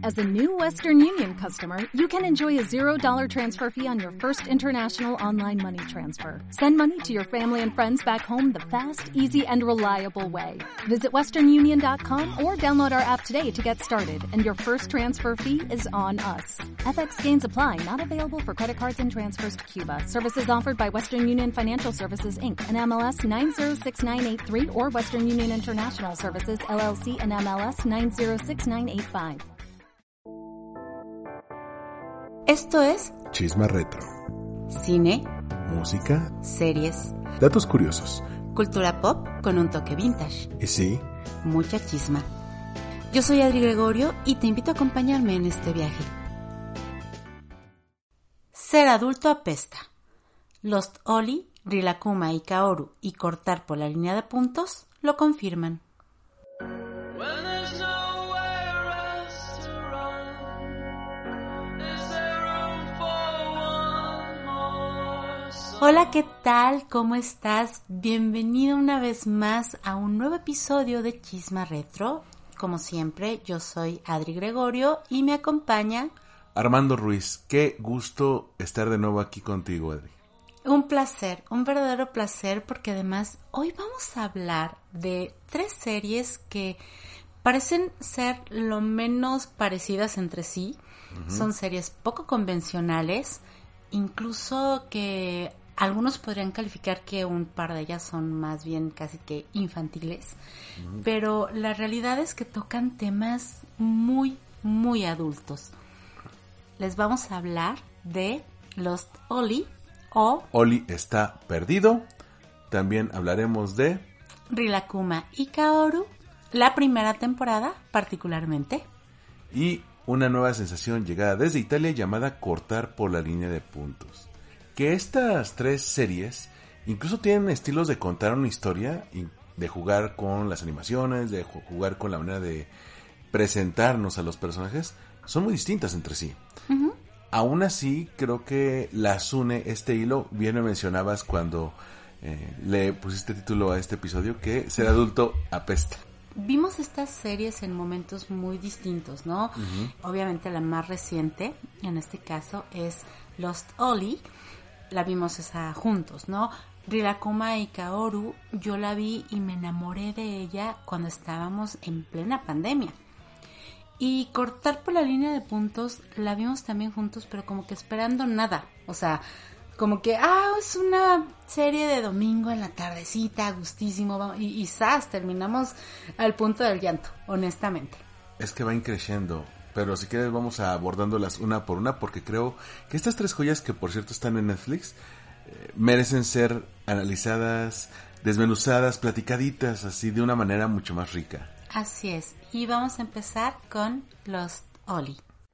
As a new Western Union customer, you can enjoy a $0 transfer fee on your first international online money transfer. Send money to your family and friends back home the fast, easy, and reliable way. Visit westernunion.com or download our app today to get started, and your first transfer fee is on us. FX gains apply, not available for credit cards and transfers to Cuba. Services offered by Western Union Financial Services, Inc., and MLS 906983, or Western Union International Services, LLC, and MLS 906985. Esto es Chisma Retro. Cine, Música, series, datos curiosos. cultura pop con un toque vintage, Y sí, mucha chisma. Yo soy Adri Gregorio y te invito a acompañarme en este viaje. Ser adulto apesta. Lost Oli, Rilakkuma y Kaoru y cortar por la línea de puntos lo confirman. Hola, ¿qué tal? ¿Cómo estás? Bienvenido una vez más a un nuevo episodio de Chisma Retro. Como siempre, yo soy Adri Gregorio y me acompaña Armando Ruiz, qué gusto estar de nuevo aquí contigo, Adri. un placer, un verdadero placer, porque además hoy vamos a hablar de 3 series que parecen ser lo menos parecidas entre sí. Son series poco convencionales, incluso que algunos podrían calificar que un par de ellas son más bien casi que infantiles, pero la realidad es que tocan temas muy, muy adultos. Les vamos a hablar de Lost Oli o Oli está perdido. También hablaremos de Rilakkuma y Kaoru, la primera temporada particularmente. y una nueva sensación llegada desde Italia llamada cortar por la línea de puntos. Que estas 3 series incluso tienen estilos de contar una historia, de jugar con las animaciones, de jugar con la manera de presentarnos a los personajes, son muy distintas entre sí. Aún así, creo que las une este hilo. Bien me mencionabas cuando le pusiste título a este episodio que ser adulto apesta. Vimos estas series en momentos muy distintos, ¿no? Obviamente la más reciente, en este caso, es Lost Oli. La vimos esa juntos, ¿no? Rilakkuma y Kaoru, yo la vi y me enamoré de ella cuando estábamos en plena pandemia. Y cortar por la línea de puntos la vimos también juntos, pero como que esperando nada. O sea, como que, es una serie de domingo en la tardecita, gustísimo. Y ¡zas! Terminamos al punto del llanto, honestamente. Es que va increciendo, pero si quieres vamos abordándolas una por una, porque creo que estas 3 joyas, que por cierto están en Netflix, merecen ser analizadas, desmenuzadas, platicaditas, así de una manera mucho más rica. Así es, y vamos a empezar con Lost Oli.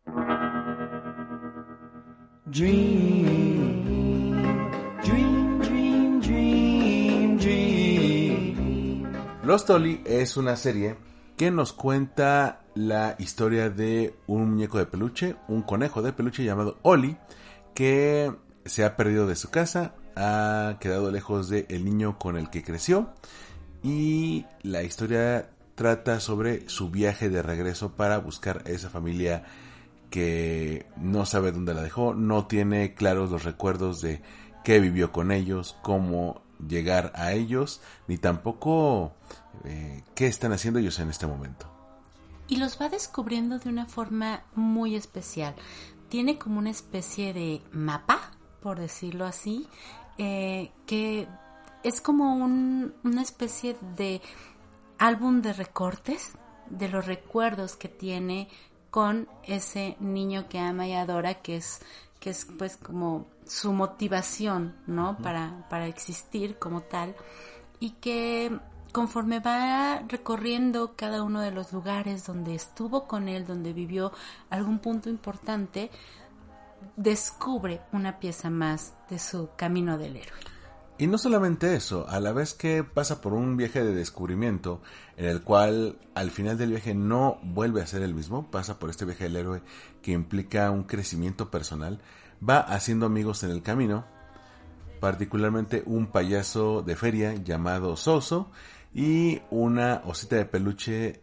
Lost Oli es una serie que nos cuenta la historia de un muñeco de peluche, un conejo de peluche llamado Oli, que se ha perdido de su casa, ha quedado lejos del niño con el que creció, y la historia trata sobre su viaje de regreso para buscar a esa familia que no sabe dónde la dejó, no tiene claros los recuerdos de qué vivió con ellos, cómo llegar a ellos, ni tampoco qué están haciendo ellos en este momento. Y los va descubriendo de una forma muy especial. Tiene como una especie de mapa, por decirlo así, que es como una especie de álbum de recortes de los recuerdos que tiene con ese niño que ama y adora, que es pues como su motivación, ¿no? Para existir como tal, y que conforme va recorriendo cada uno de los lugares donde estuvo con él, donde vivió algún punto importante, descubre una pieza más de su camino del héroe. Y no solamente eso, a la vez que pasa por un viaje de descubrimiento en el cual al final del viaje no vuelve a ser el mismo, pasa por este viaje del héroe que implica un crecimiento personal, va haciendo amigos en el camino, particularmente un payaso de feria llamado Soso y una osita de peluche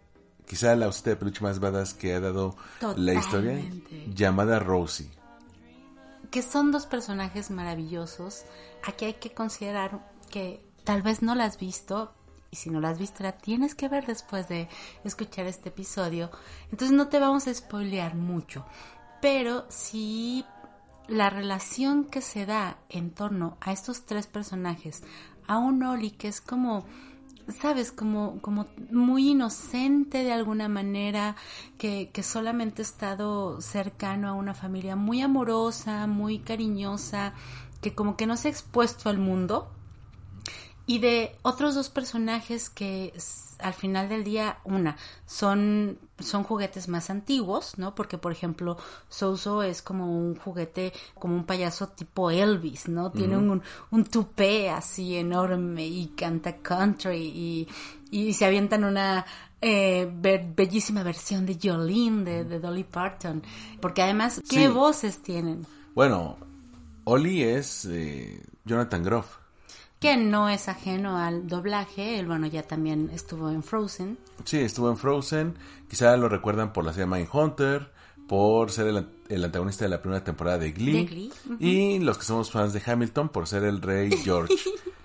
quizá la osita de peluche más badass que ha dado la historia, llamada Rosie. Que son dos personajes maravillosos. Aquí hay que considerar que tal vez no la has visto, y si no la has visto la tienes que ver después de escuchar este episodio. Entonces no te vamos a spoilear mucho, pero sí la relación que se da en torno a estos tres personajes, a un Ollie que es como, ¿sabes? Como muy inocente de alguna manera, que solamente ha estado cercano a una familia muy amorosa, muy cariñosa, que como que no se ha expuesto al mundo. Y de otros dos personajes que al final del día, son juguetes más antiguos, ¿no? Porque, por ejemplo, Zozo es como un juguete, como un payaso tipo Elvis, ¿no? Tiene un tupé así enorme y canta country y se avientan una bellísima versión de Jolene, de Dolly Parton. Porque además, ¿qué voces tienen? Bueno, Ollie es Jonathan Groff, que no es ajeno al doblaje. Él, bueno, ya también estuvo en Frozen. Sí, estuvo en Frozen. Quizá lo recuerdan por la serie Mindhunter, por ser el antagonista de la primera temporada de Glee. Uh-huh. Y los que somos fans de Hamilton por ser el rey George.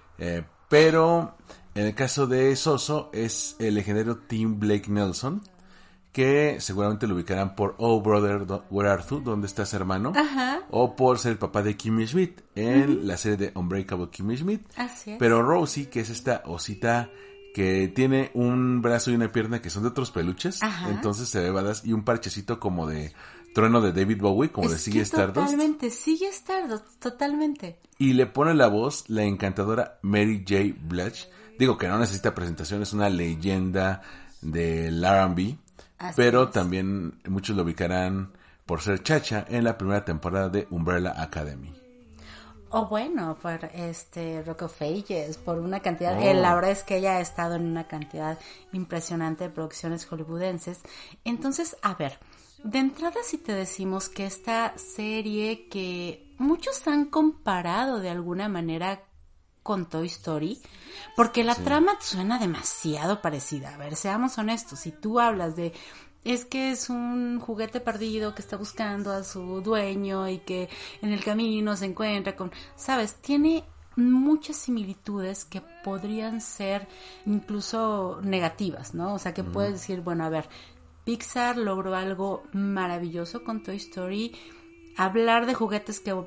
Pero en el caso de Zozo es el legendario Tim Blake Nelson, que seguramente lo ubicarán por Oh Brother, Where Art Thou, ¿Dónde estás, hermano? Ajá. O por ser el papá de Kimmy Schmidt en la serie de Unbreakable Kimmy Schmidt. Así es. Pero Rosie, que es esta osita que tiene un brazo y una pierna que son de otros peluches, entonces se ve badass, y un parchecito como de trueno de David Bowie, como de Ziggy Stardust. Totalmente, Ziggy Stardust, totalmente. Y le pone la voz la encantadora Mary J. Blige. Digo que no necesita presentación, es una leyenda del R&B. Pero también muchos lo ubicarán por ser Chacha en la primera temporada de Umbrella Academy. O bueno, por Rock of Ages, por una cantidad, la verdad es que ella ha estado en una cantidad impresionante de producciones hollywoodenses. Entonces, a ver, de entrada si te decimos que esta serie que muchos han comparado de alguna manera con Toy Story, porque la trama suena demasiado parecida. A ver, seamos honestos, si tú hablas de es que es un juguete perdido que está buscando a su dueño y que en el camino se encuentra con, ¿sabes? Tiene muchas similitudes que podrían ser incluso negativas, ¿no? O sea, que puedes decir, bueno, a ver, Pixar logró algo maravilloso con Toy Story. Hablar de juguetes que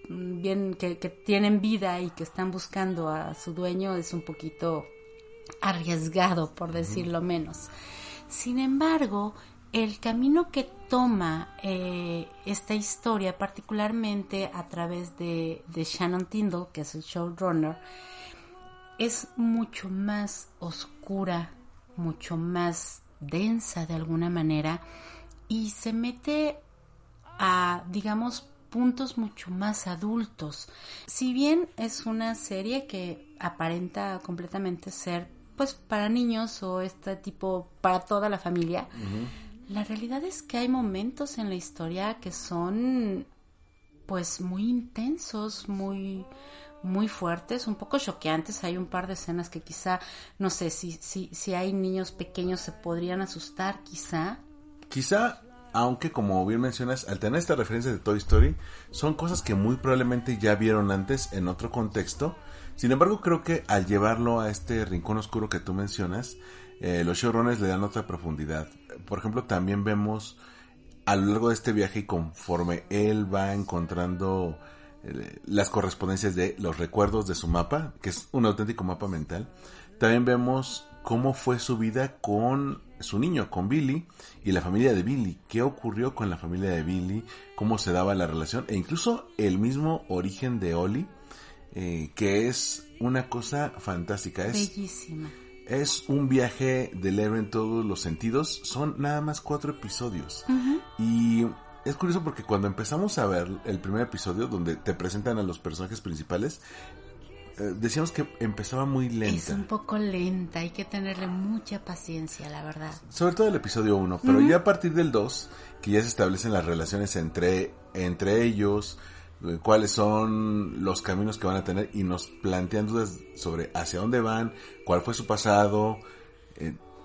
tienen vida y que están buscando a su dueño es un poquito arriesgado, por decirlo menos. Sin embargo, el camino que toma esta historia, particularmente a través de Shannon Tindall, que es el showrunner, es mucho más oscura, mucho más densa de alguna manera, y se mete a, digamos, puntos mucho más adultos. Si bien es una serie que aparenta completamente ser, pues, para niños o tipo para toda la familia, la realidad es que hay momentos en la historia que son, pues, muy intensos, muy fuertes, un poco choqueantes. Hay un par de escenas que quizá, no sé, si hay niños pequeños se podrían asustar, quizá, aunque como bien mencionas, al tener esta referencia de Toy Story, son cosas que muy probablemente ya vieron antes en otro contexto. Sin embargo, creo que al llevarlo a este rincón oscuro que tú mencionas, los showrunners le dan otra profundidad. Por ejemplo, también vemos a lo largo de este viaje, y conforme él va encontrando las correspondencias de los recuerdos de su mapa, que es un auténtico mapa mental, también vemos cómo fue su vida con su niño, con Billy, y la familia de Billy. ¿Qué ocurrió con la familia de Billy? ¿Cómo se daba la relación? E incluso el mismo origen de Ollie, que es una cosa fantástica. Bellísima. Es un viaje del héroe en todos los sentidos. Son nada más 4 episodios. Y es curioso porque cuando empezamos a ver el primer episodio, donde te presentan a los personajes principales, decíamos que empezaba muy lenta. Es un poco lenta, hay que tenerle mucha paciencia, la verdad. Sobre todo el episodio 1, pero ya a partir del 2, que ya se establecen las relaciones entre ellos, cuáles son los caminos que van a tener, y nos plantean dudas sobre hacia dónde van, cuál fue su pasado.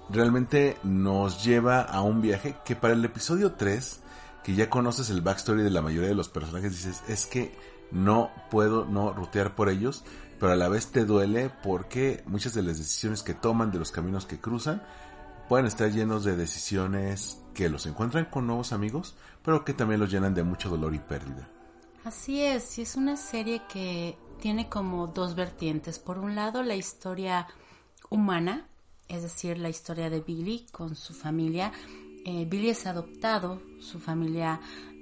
realmente nos lleva a un viaje que para el episodio 3, que ya conoces el backstory de la mayoría de los personajes, dices, es que no puedo no rutear por ellos, pero a la vez te duele porque muchas de las decisiones que toman, de los caminos que cruzan, pueden estar llenos de decisiones que los encuentran con nuevos amigos, pero que también los llenan de mucho dolor y pérdida. Así es, y es una serie que tiene como dos vertientes. Por un lado, la historia humana, es decir, la historia de Billy con su familia. Billy es adoptado, su familia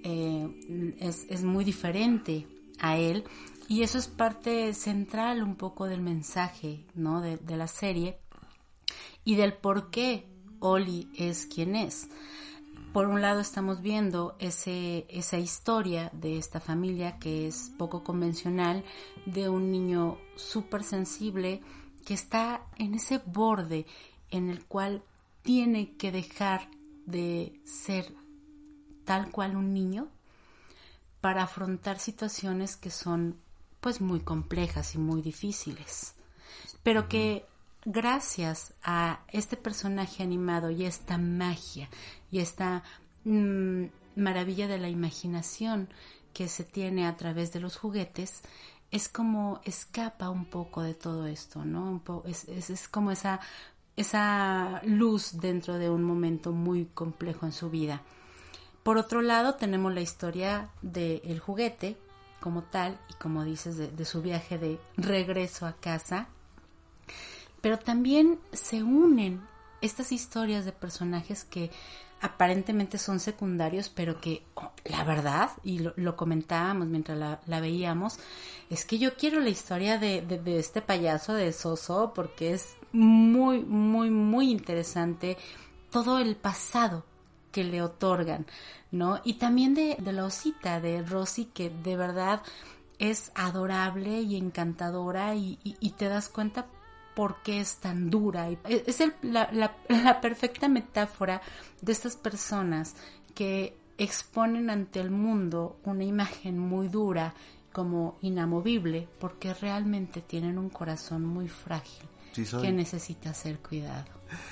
es muy diferente a él, y eso es parte central un poco del mensaje, ¿no? de la serie y del por qué Ollie es quien es. Por un lado estamos viendo esa historia de esta familia que es poco convencional, de un niño súper sensible que está en ese borde en el cual tiene que dejar de ser tal cual un niño para afrontar situaciones que son pues muy complejas y muy difíciles, pero que gracias a este personaje animado y esta magia y esta maravilla de la imaginación que se tiene a través de los juguetes, es como escapa un poco de todo esto, ¿no? Es como esa luz dentro de un momento muy complejo en su vida. Por otro lado, tenemos la historia del juguete como tal, y como dices, de su viaje de regreso a casa. Pero también se unen estas historias de personajes que aparentemente son secundarios, pero que la verdad, y lo comentábamos mientras la veíamos, es que yo quiero la historia de este payaso de Zozo, porque es muy, muy, muy interesante todo el pasado que le otorgan, ¿no? Y también de la osita, de Rosie, que de verdad es adorable y encantadora, y te das cuenta por qué es tan dura. Es la perfecta metáfora de estas personas que exponen ante el mundo una imagen muy dura, como inamovible, porque realmente tienen un corazón muy frágil, que necesita ser cuidado.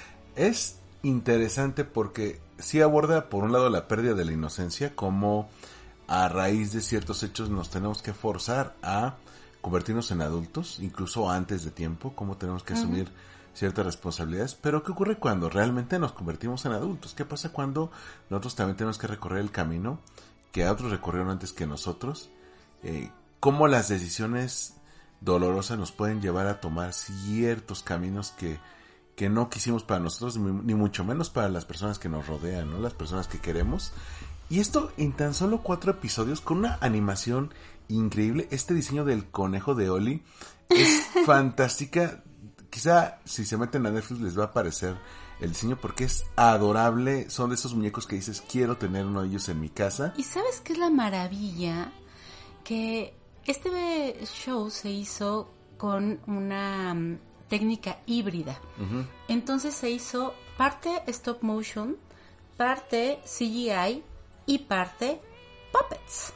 Es interesante porque sí aborda por un lado la pérdida de la inocencia, como a raíz de ciertos hechos nos tenemos que forzar a convertirnos en adultos, incluso antes de tiempo, cómo tenemos que asumir ciertas responsabilidades. Pero ¿qué ocurre cuando realmente nos convertimos en adultos? ¿Qué pasa cuando nosotros también tenemos que recorrer el camino que otros recorrieron antes que nosotros? ¿Cómo las decisiones dolorosas nos pueden llevar a tomar ciertos caminos que no quisimos para nosotros, ni mucho menos para las personas que nos rodean, ¿no? Las personas que queremos. Y esto en tan solo 4 episodios, con una animación increíble. Este diseño del conejo de Ollie es fantástica. Quizá si se meten a Netflix les va a aparecer el diseño, porque es adorable. Son de esos muñecos que dices, quiero tener uno de ellos en mi casa. ¿Y sabes qué es la maravilla? Que este show se hizo con una técnica híbrida. Entonces se hizo parte stop motion, parte CGI y parte puppets.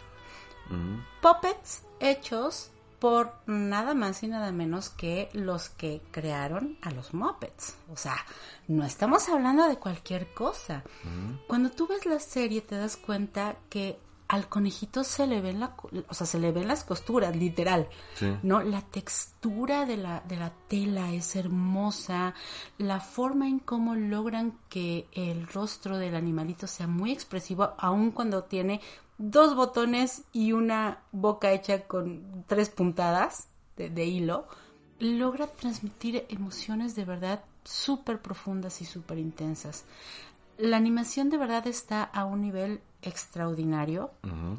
Puppets hechos por nada más y nada menos que los que crearon a los Muppets. O sea, no estamos hablando de cualquier cosa. Cuando tú ves la serie te das cuenta que al conejito se le ven se le ven las costuras, literal. Sí. ¿No? La textura de la tela es hermosa. La forma en cómo logran que el rostro del animalito sea muy expresivo, aun cuando tiene 2 botones y una boca hecha con 3 puntadas de hilo, logra transmitir emociones de verdad súper profundas y súper intensas. La animación de verdad está a un nivel extraordinario.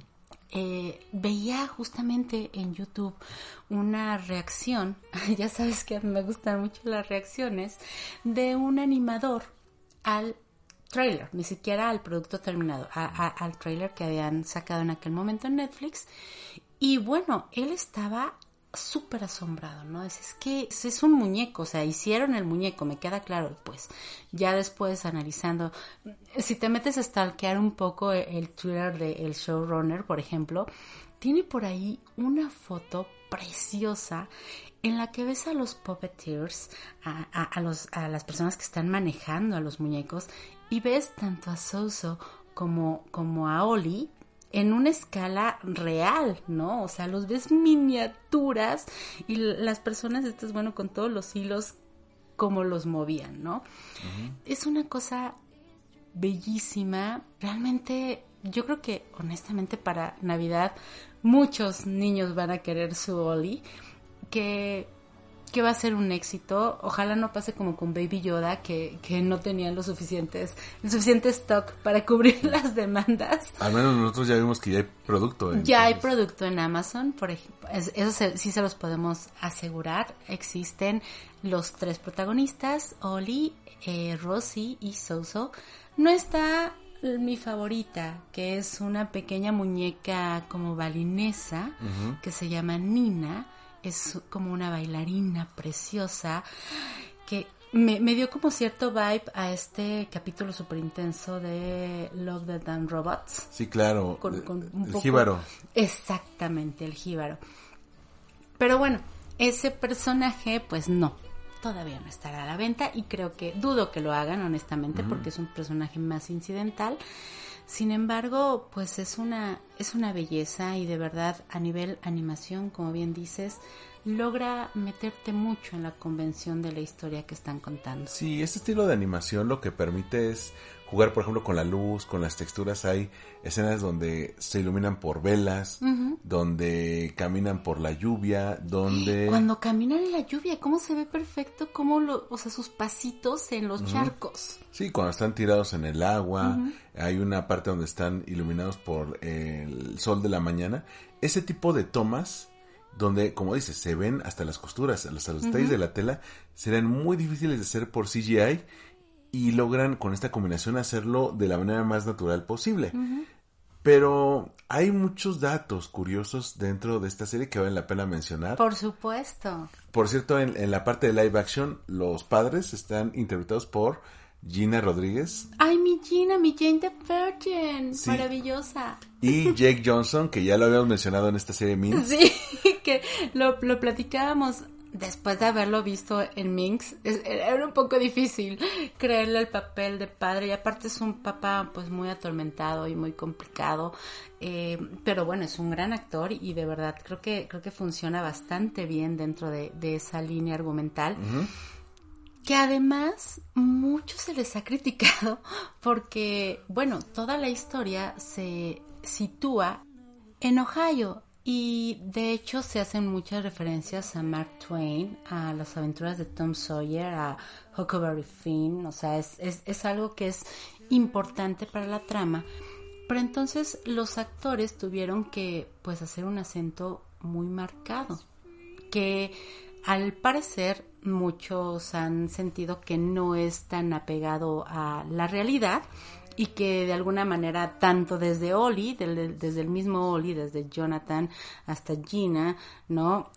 Veía justamente en YouTube una reacción, ya sabes que me gustan mucho las reacciones, de un animador al trailer, ni siquiera al producto terminado, al trailer que habían sacado en aquel momento en Netflix. Y bueno, él estaba súper asombrado, ¿no? Es que es un muñeco, o sea, hicieron el muñeco, me queda claro. Pues ya después analizando, si te metes a stalkear un poco el Twitter del showrunner, por ejemplo, tiene por ahí una foto preciosa en la que ves a los puppeteers, a las personas que están manejando a los muñecos, y ves tanto a Zozo como a Ollie en una escala real, ¿no? O sea, los ves miniaturas y las personas estas, bueno, con todos los hilos como los movían, ¿no? Uh-huh. Es una cosa bellísima. Realmente, yo creo que honestamente para Navidad muchos niños van a querer su Ollie, que va a ser un éxito. Ojalá no pase como con Baby Yoda, que no tenían el suficiente stock para cubrir las demandas. Al menos nosotros ya vimos que ya hay producto. Ya hay producto en Amazon, por ejemplo. Eso sí se los podemos asegurar. Existen los 3 protagonistas, Ollie, Rosie y Zozo. No está mi favorita, que es una pequeña muñeca como balinesa, uh-huh, que se llama Nina. Es como una bailarina preciosa que me dio como cierto vibe a este capítulo súper intenso de Love, Death and Robots. Sí, claro, con un el poco, jíbaro. Exactamente, el jíbaro. Pero bueno, ese personaje pues no, todavía no estará a la venta y dudo que lo hagan honestamente, uh-huh, porque es un personaje más incidental. Sin embargo, pues es una belleza y de verdad a nivel animación, como bien dices, logra meterte mucho en la convención de la historia que están contando. Sí, este estilo de animación lo que permite es jugar, por ejemplo, con la luz, con las texturas. Hay escenas donde se iluminan por velas, uh-huh, donde caminan por la lluvia, donde... Cuando caminan en la lluvia, cómo se ve perfecto, o sea, sus pasitos en los, uh-huh, charcos. Sí, cuando están tirados en el agua, uh-huh, hay una parte donde están iluminados por el sol de la mañana. Ese tipo de tomas, donde, como dices, se ven hasta las costuras, hasta los detalles, uh-huh, de la tela, serán muy difíciles de hacer por CGI y logran con esta combinación hacerlo de la manera más natural posible. Uh-huh. Pero hay muchos datos curiosos dentro de esta serie que vale la pena mencionar. Por supuesto. Por cierto, en la parte de live action, los padres están interpretados por Gina Rodríguez. ¡Ay, mi Gina, mi Jane the Virgin! Sí. Maravillosa. Y Jake Johnson, que ya lo habíamos mencionado en esta serie Minx. Sí, que lo platicábamos después de haberlo visto en Minx. Era un poco difícil creerle el papel de padre, y aparte es un papá pues muy atormentado y muy complicado, pero bueno, es un gran actor y de verdad creo que funciona bastante bien dentro de esa línea argumental. Uh-huh. Que además mucho se les ha criticado porque, bueno, toda la historia se sitúa en Ohio y de hecho se hacen muchas referencias a Mark Twain, a las aventuras de Tom Sawyer, a Huckleberry Finn, o sea, es algo que es importante para la trama, pero entonces los actores tuvieron que pues hacer un acento muy marcado, que al parecer muchos han sentido que no es tan apegado a la realidad y que de alguna manera tanto desde Ollie, desde el mismo Ollie, desde Jonathan hasta Gina, ¿no?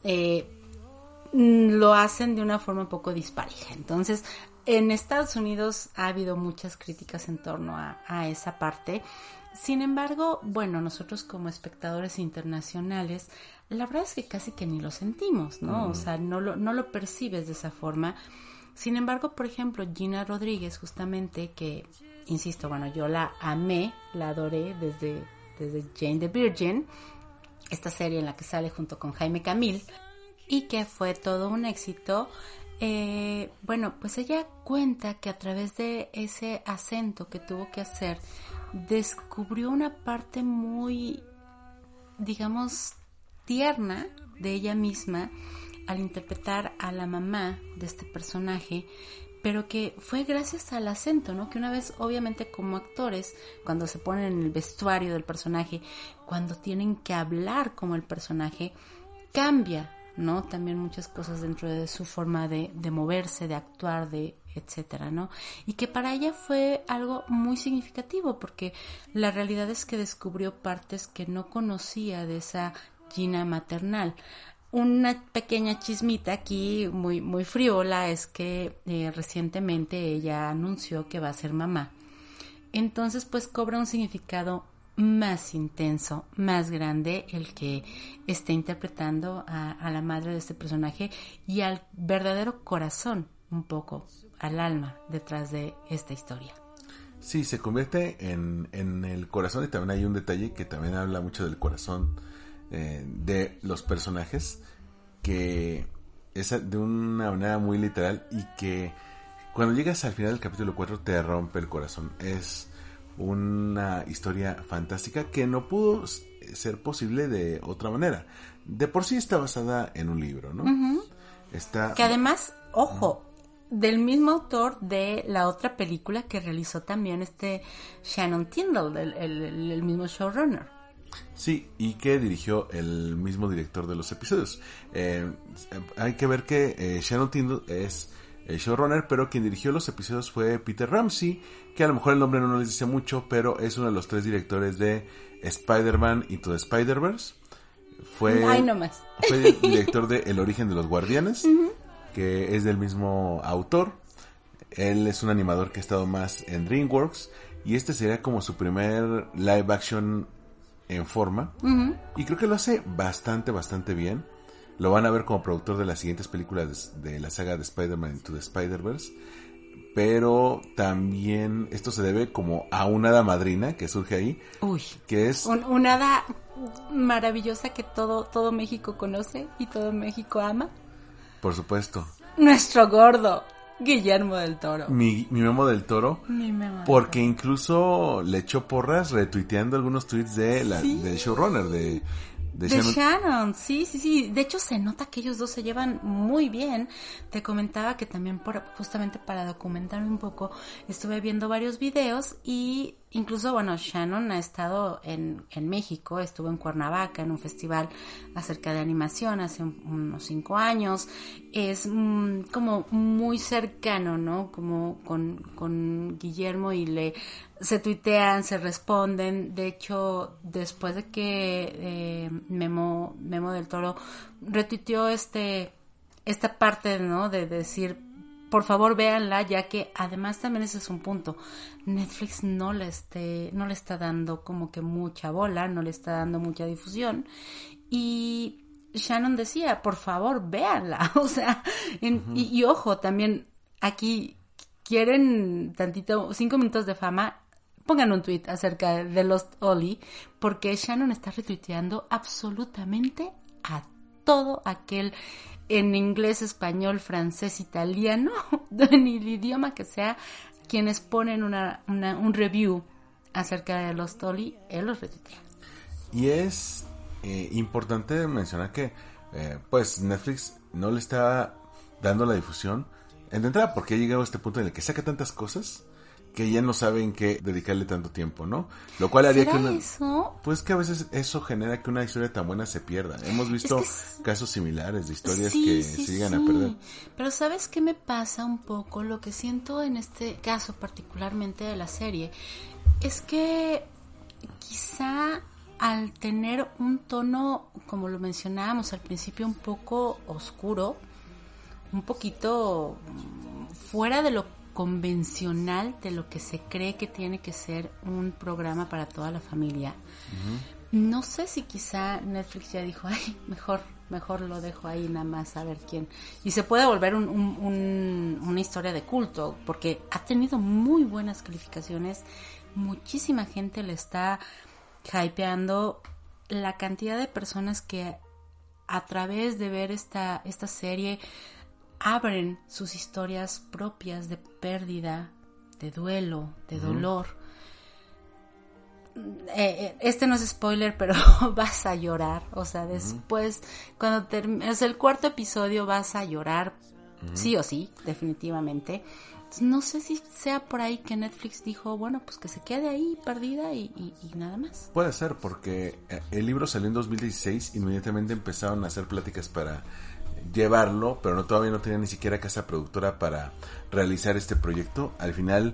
Lo hacen de una forma un poco dispareja. Entonces, en Estados Unidos ha habido muchas críticas en torno a esa parte. Sin embargo, bueno, nosotros como espectadores internacionales, la verdad es que casi que ni lo sentimos, ¿no? O sea, no lo percibes de esa forma. Sin embargo, por ejemplo, Gina Rodríguez, justamente, que, insisto, bueno, yo la amé, la adoré desde Jane the Virgin, esta serie en la que sale junto con Jaime Camil, y que fue todo un éxito. Bueno, pues ella cuenta que a través de ese acento que tuvo que hacer, descubrió una parte muy, digamos, tierna de ella misma al interpretar a la mamá de este personaje, pero que fue gracias al acento, ¿no? Que una vez, obviamente, como actores, cuando se ponen en el vestuario del personaje, cuando tienen que hablar como el personaje, cambia, ¿no? También muchas cosas dentro de su forma de moverse, de actuar, de etcétera, ¿no? Y que para ella fue algo muy significativo, porque la realidad es que descubrió partes que no conocía de esa Gina maternal. una pequeña chismita aquí, muy, muy friola, es que recientemente ella anunció que va a ser mamá. Entonces, pues cobra un significado más intenso, más grande, el que esté interpretando a la madre de este personaje y al verdadero corazón, un poco, al alma detrás de esta historia. Sí, se convierte en el corazón, y también hay un detalle que también habla mucho del corazón de los personajes, que es de una manera muy literal y que cuando llegas al final del capítulo 4 te rompe el corazón. Es una historia fantástica que no pudo ser posible de otra manera. De por sí está basada en un libro, ¿no? Uh-huh. Que además, ojo, del mismo autor de la otra película que realizó también Shannon Tindall, el mismo showrunner. Sí, y que dirigió el mismo director de los episodios. Hay que ver que Shannon Tindall es el showrunner, pero quien dirigió los episodios fue Peter Ramsey, que a lo mejor el nombre no les dice mucho, pero es uno de los 3 directores de Spider-Man Into the Spider-Verse. Fue el director de El origen de los guardianes, uh-huh, que es del mismo autor. Él es un animador que ha estado más en DreamWorks, y este sería como su primer live action en forma, uh-huh, y creo que lo hace bastante bien. Lo van a ver como productor de las siguientes películas de la saga de Spider-Man Into the Spider-Verse, pero también esto se debe como a una hada madrina que surge ahí. Uy, que es una hada maravillosa que todo México conoce y todo México ama. Por supuesto. Nuestro gordo Guillermo del Toro. Mi Memo del Toro. Mi Memo del porque Toro. Incluso le echó porras retuiteando algunos tweets del showrunner de Shannon, sí. De hecho, se nota que ellos dos se llevan muy bien. Te comentaba que también justamente para documentarme un poco, estuve viendo varios videos y incluso, bueno, Shannon ha estado en México, estuvo en Cuernavaca en un festival acerca de animación hace unos 5 años. Es como muy cercano, ¿no? Como con Guillermo y se tuitean, se responden. De hecho, después de que Memo del Toro retuiteó esta parte, ¿no? De decir, por favor véanla, ya que además también ese es un punto. Netflix no le está dando como que mucha bola, no le está dando mucha difusión. Y Shannon decía, por favor véanla. O sea, uh-huh, y ojo, también aquí quieren 5 minutos de fama, pongan un tweet acerca de Lost Ollie, porque Shannon está retuiteando absolutamente a todo aquel en inglés, español, francés, italiano, en el idioma que sea, quienes ponen un review acerca de Lost Ollie, él los retuitea. Y es importante mencionar que pues Netflix no le está dando la difusión en de entrada, porque ha llegado a este punto en el que saca tantas cosas que ya no saben qué dedicarle tanto tiempo, ¿no? Lo cual haría que eso? Pues que a veces eso genera que una historia tan buena se pierda. Hemos visto casos similares de historias que se llegan a perder. Pero ¿sabes qué me pasa un poco? Lo que siento en este caso particularmente de la serie es que quizá al tener un tono, como lo mencionábamos al principio, un poco oscuro, un poquito fuera de lo convencional, de lo que se cree que tiene que ser un programa para toda la familia. Uh-huh. No sé si quizá Netflix ya dijo, ay, mejor lo dejo ahí nada más a ver quién. Y se puede volver una historia de culto, porque ha tenido muy buenas calificaciones, muchísima gente le está hypeando, la cantidad de personas que a través de ver esta serie abren sus historias propias de pérdida, de duelo, de dolor. No es spoiler, pero vas a llorar. O sea, después, cuando termines el 4º episodio, vas a llorar, sí o sí, definitivamente. Entonces, no sé si sea por ahí que Netflix dijo, bueno, pues que se quede ahí perdida y nada más. Puede ser, porque el libro salió en 2016, inmediatamente empezaron a hacer pláticas para llevarlo, pero todavía no tenía ni siquiera casa productora para realizar este proyecto. Al final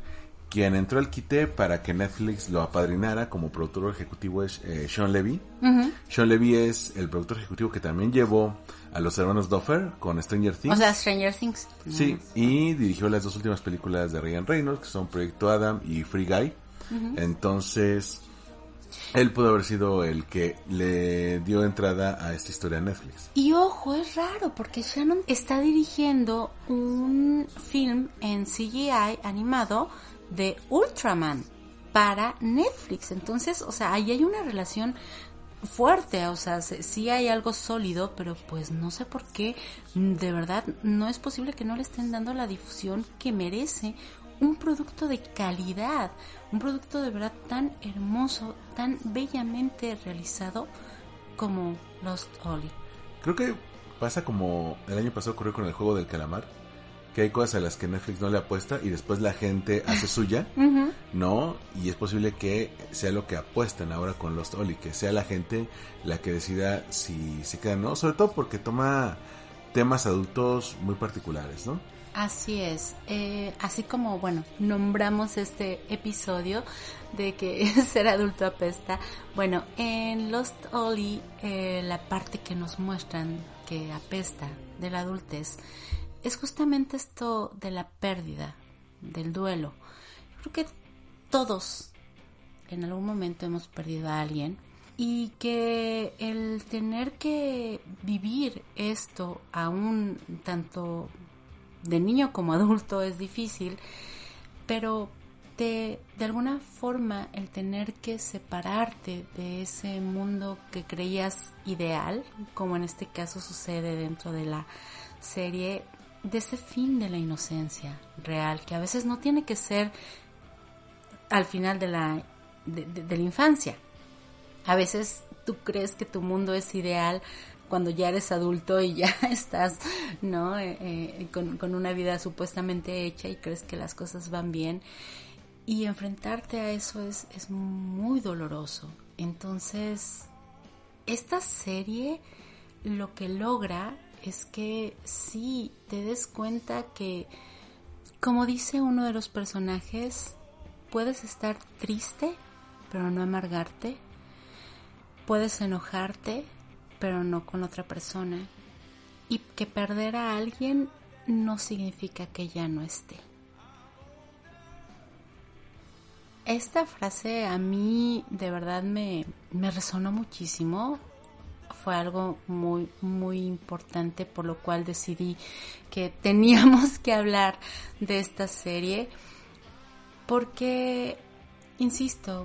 Quien entró al quite para que Netflix lo apadrinara como productor ejecutivo es Sean Levy. Sean Levy es el productor ejecutivo que también llevó a los hermanos Duffer con Stranger Things. O sea, Stranger Things. Sí, y dirigió las 2 últimas películas de Ryan Reynolds, que son Proyecto Adam y Free Guy. Entonces, él pudo haber sido el que le dio entrada a esta historia a Netflix. Y ojo, es raro porque Shannon está dirigiendo un film en CGI animado de Ultraman para Netflix. Entonces, o sea, ahí hay una relación fuerte, o sea, sí hay algo sólido, pero pues no sé por qué, de verdad, no es posible que no le estén dando la difusión que merece un producto de calidad, un producto de verdad tan hermoso, tan bellamente realizado como Lost Ollie. Creo que pasa como el año pasado ocurrió con el juego del calamar, que hay cosas a las que Netflix no le apuesta y después la gente hace suya, ¿no? Y es posible que sea lo que apuestan ahora con Lost Ollie, que sea la gente la que decida si se queda o no, sobre todo porque toma temas adultos muy particulares, ¿no? Así es, así como, bueno, nombramos este episodio de que ser adulto apesta. Bueno, en Lost Ollie, la parte que nos muestran que apesta de la adultez es justamente esto de la pérdida, del duelo. Creo que todos en algún momento hemos perdido a alguien y que el tener que vivir esto aún tanto de niño como adulto es difícil, pero de alguna forma el tener que separarte de ese mundo que creías ideal, como en este caso sucede dentro de la serie, de ese fin de la inocencia real, que a veces no tiene que ser al final de la infancia. A veces tú crees que tu mundo es ideal cuando ya eres adulto y ya estás, ¿no? Con una vida supuestamente hecha y crees que las cosas van bien. Y enfrentarte a eso es muy doloroso. Entonces, esta serie lo que logra es que sí te des cuenta que, como dice uno de los personajes, puedes estar triste, pero no amargarte. Puedes enojarte, pero no con otra persona. Y que perder a alguien no significa que ya no esté. Esta frase a mí de verdad me resonó muchísimo. Fue algo muy, muy importante, por lo cual decidí que teníamos que hablar de esta serie. Porque, insisto,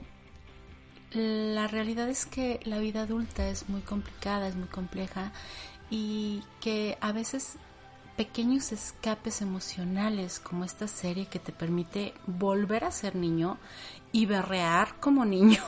la realidad es que la vida adulta es muy complicada, es muy compleja y que a veces pequeños escapes emocionales como esta serie que te permite volver a ser niño y berrear como niño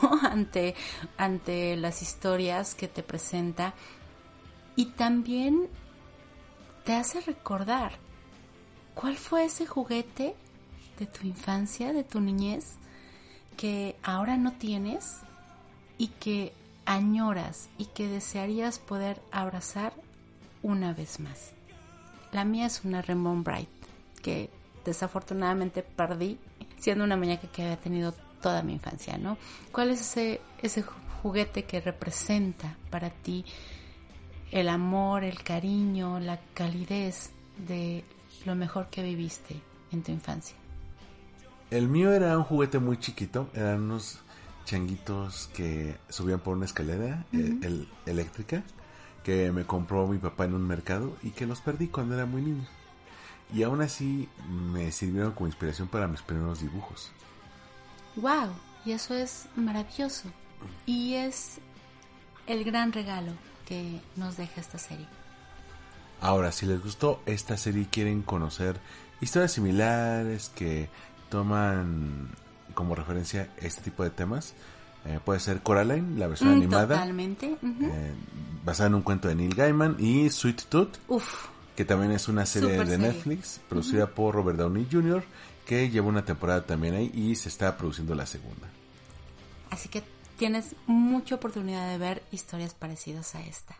ante las historias que te presenta, y también te hace recordar cuál fue ese juguete de tu infancia, de tu niñez, que ahora no tienes y que añoras y que desearías poder abrazar una vez más. La mía es una Rainbow Bright que desafortunadamente perdí siendo una muñeca que había tenido toda mi infancia, ¿no? ¿Cuál es ese juguete que representa para ti el amor, el cariño, la calidez de lo mejor que viviste en tu infancia? El mío era un juguete muy chiquito, eran unos changuitos que subían por una escalera eléctrica que me compró mi papá en un mercado y que los perdí cuando era muy niño. Y aún así me sirvieron como inspiración para mis primeros dibujos. ¡Wow! Y eso es maravilloso. Y es el gran regalo que nos deja esta serie. Ahora, si les gustó esta serie y quieren conocer historias similares que toman como referencia este tipo de temas, puede ser Coraline, la versión animada. Totalmente. Basada en un cuento de Neil Gaiman, y Sweet Tooth, que también es una serie de Netflix, producida por Robert Downey Jr., que lleva una temporada también ahí y se está produciendo la segunda. Así que tienes mucha oportunidad de ver historias parecidas a esta.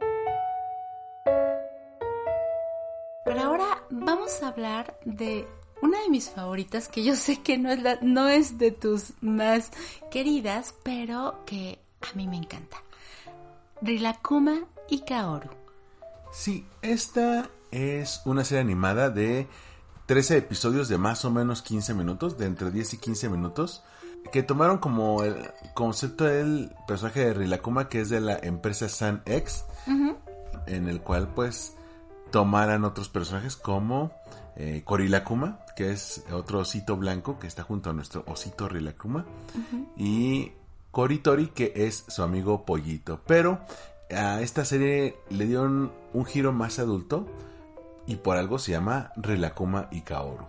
Pero ahora vamos a hablar de Una de mis favoritas, que yo sé que no es de tus más queridas, pero que a mí me encanta. Rilakkuma y Kaoru. Sí, esta es una serie animada de 13 episodios de más o menos 15 minutos, de entre 10 y 15 minutos, que tomaron como el concepto del personaje de Rilakkuma, que es de la empresa Sun X, en el cual pues tomaran otros personajes como Korilakkuma, que es otro osito blanco que está junto a nuestro osito Rilakkuma, y Koritori, que es su amigo Pollito. Pero a esta serie le dieron un giro más adulto y por algo se llama Rilakkuma y Kaoru.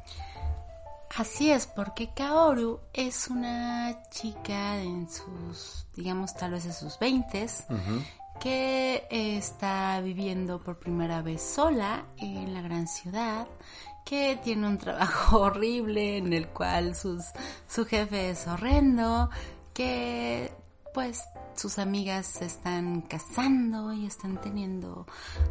Así es, porque Kaoru es una chica en sus, digamos, tal vez en sus 20s, que está viviendo por primera vez sola en la gran ciudad, que tiene un trabajo horrible en el cual su jefe es horrendo, que pues sus amigas se están casando y están teniendo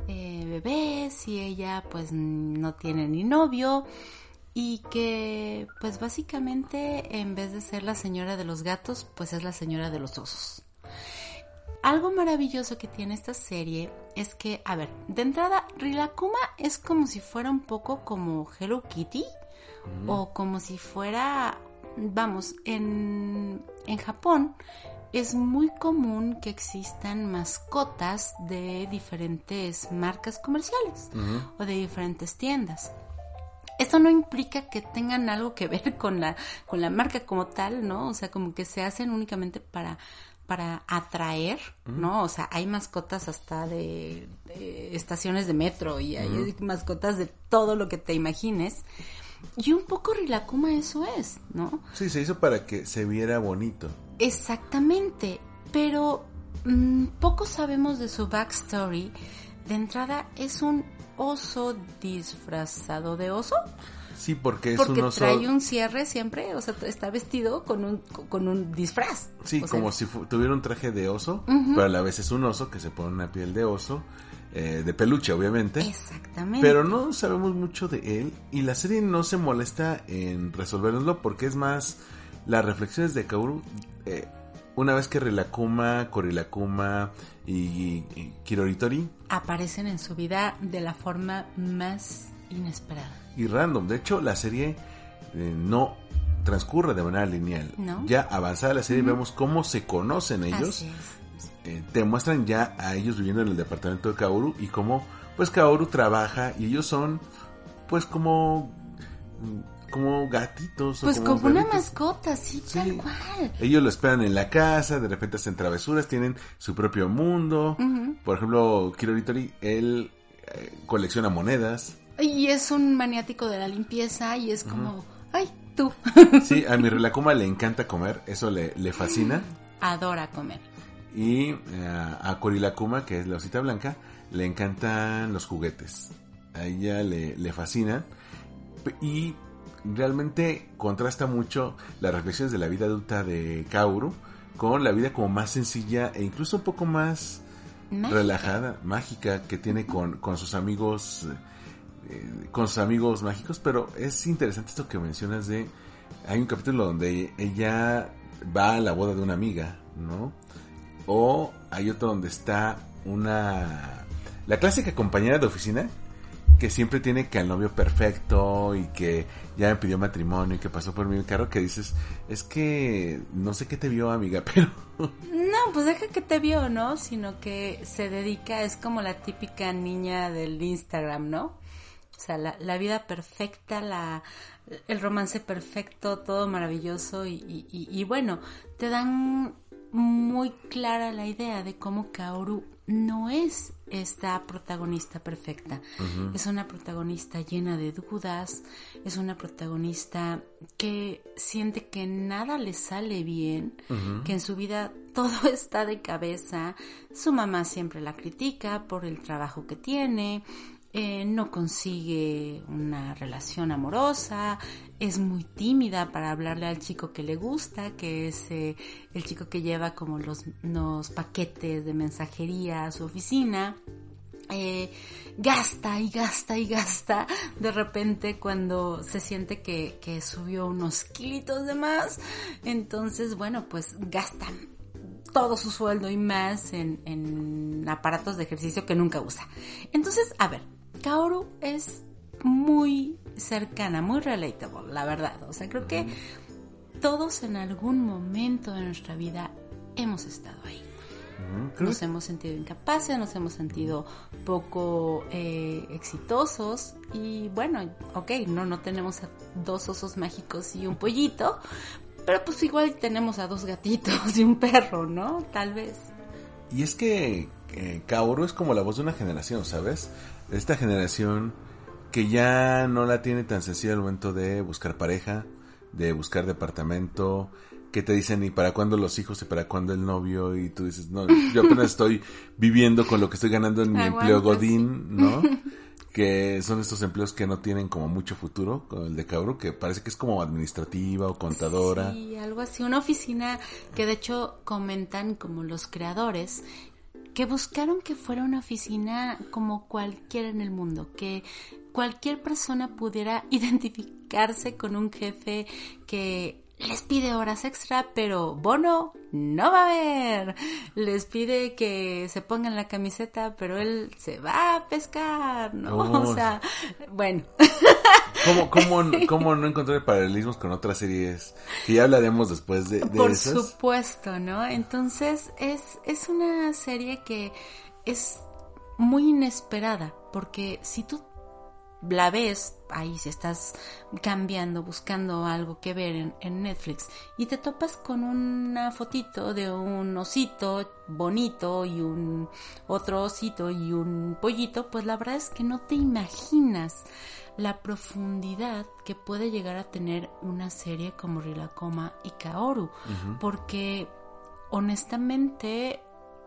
bebés y ella pues no tiene ni novio, y que pues básicamente en vez de ser la señora de los gatos, pues es la señora de los osos. Algo maravilloso que tiene esta serie es que, a ver, de entrada, Rilakkuma es como si fuera un poco como Hello Kitty, o como si fuera, vamos, en Japón es muy común que existan mascotas de diferentes marcas comerciales o de diferentes tiendas. Esto no implica que tengan algo que ver con la marca como tal, ¿no? O sea, como que se hacen únicamente para atraer, ¿no? O sea, hay mascotas hasta de estaciones de metro y hay mascotas de todo lo que te imagines. Y un poco Rilakkuma eso es, ¿no? Sí, se hizo para que se viera bonito. Exactamente, pero poco sabemos de su backstory. De entrada es un oso disfrazado de oso. Sí, porque es porque un oso... trae un cierre siempre, o sea, está vestido con un disfraz. Sí, o como sea, si tuviera un traje de oso, pero a la vez es un oso que se pone una piel de oso, de peluche obviamente. Exactamente. Pero no sabemos mucho de él y la serie no se molesta en resolverlo porque es más las reflexiones de Kaoru. Una vez que Rilakkuma, Korilakkuma y Kiroritori aparecen en su vida de la forma más inesperada y random. De hecho, la serie no transcurre de manera lineal. ¿No? Ya avanzada la serie vemos cómo se conocen ellos. Así es. Te muestran ya a ellos viviendo en el departamento de Kaoru y cómo pues Kaoru trabaja y ellos son pues como gatitos. Pues o como perritos. una mascota, sí, tal cual. Ellos lo esperan en la casa, de repente hacen travesuras, tienen su propio mundo. Por ejemplo, Kiroritori, él colecciona monedas. Y es un maniático de la limpieza y es como, ay, tú. Sí, a mi Rilakkuma le encanta comer, eso le fascina. Adora comer. Y a Korilakkuma, que es la osita blanca, le encantan los juguetes. A ella le fascinan. Y realmente contrasta mucho las reflexiones de la vida adulta de Kaoru con la vida como más sencilla e incluso un poco más relajada, mágica, que tiene con sus amigos mágicos. Pero es interesante esto que mencionas de... Hay un capítulo donde ella va a la boda de una amiga, ¿no? O hay otro donde está la clásica compañera de oficina que siempre tiene que al novio perfecto y que ya me pidió matrimonio y que pasó por mi carro, que dices, es que no sé qué te vio, amiga, pero... No, pues deja que te vio, ¿no? Sino que se dedica, es como la típica niña del Instagram, ¿no? O sea, la vida perfecta, el romance perfecto, todo maravilloso y bueno, te dan muy clara la idea de cómo Kaoru no es esta protagonista perfecta. Es una protagonista llena de dudas, es una protagonista que siente que nada le sale bien, que en su vida todo está de cabeza. Su mamá siempre la critica por el trabajo que tiene, no consigue una relación amorosa, es muy tímida para hablarle al chico que le gusta, que es el chico que lleva como los paquetes de mensajería a su oficina. gasta y gasta y gasta de repente cuando se siente que subió unos kilitos de más. Entonces, bueno, pues gastan todo su sueldo y más en aparatos de ejercicio que nunca usa. Entonces, a ver, Kaoru es muy cercana, muy relatable, la verdad. O sea, creo que todos en algún momento de nuestra vida hemos estado ahí. Nos hemos sentido incapaces, nos hemos sentido poco exitosos y bueno, ok, no tenemos a 2 osos mágicos y un pollito, pero pues igual tenemos a 2 gatitos y un perro, ¿no? Tal vez. Y es que Kaoru es como la voz de una generación, ¿sabes? De esta generación que ya no la tiene tan sencilla al momento de buscar pareja, de buscar departamento, que te dicen y para cuándo los hijos y para cuándo el novio, y tú dices, no, yo apenas estoy viviendo con lo que estoy ganando en mi empleo godín, ¿no? Que son estos empleos que no tienen como mucho futuro, como el de Kaoru, que parece que es como administrativa o contadora. Sí, algo así, una oficina que de hecho comentan como los creadores, que buscaron que fuera una oficina como cualquiera en el mundo, que cualquier persona pudiera identificarse con un jefe que les pide horas extra, pero bono no va a haber. Les pide que se pongan la camiseta, pero él se va a pescar, ¿no? O sea, bueno. ¿Cómo no encontrar paralelismos con otras series? Que ya hablaremos después de Por esas. Por supuesto, ¿no? Entonces, es una serie que es muy inesperada, porque si tú la ves ahí, si estás cambiando, buscando algo que ver en Netflix y te topas con una fotito de un osito bonito y un otro osito y un pollito, pues la verdad es que no te imaginas la profundidad que puede llegar a tener una serie como Rilakkuma y Kaoru, porque honestamente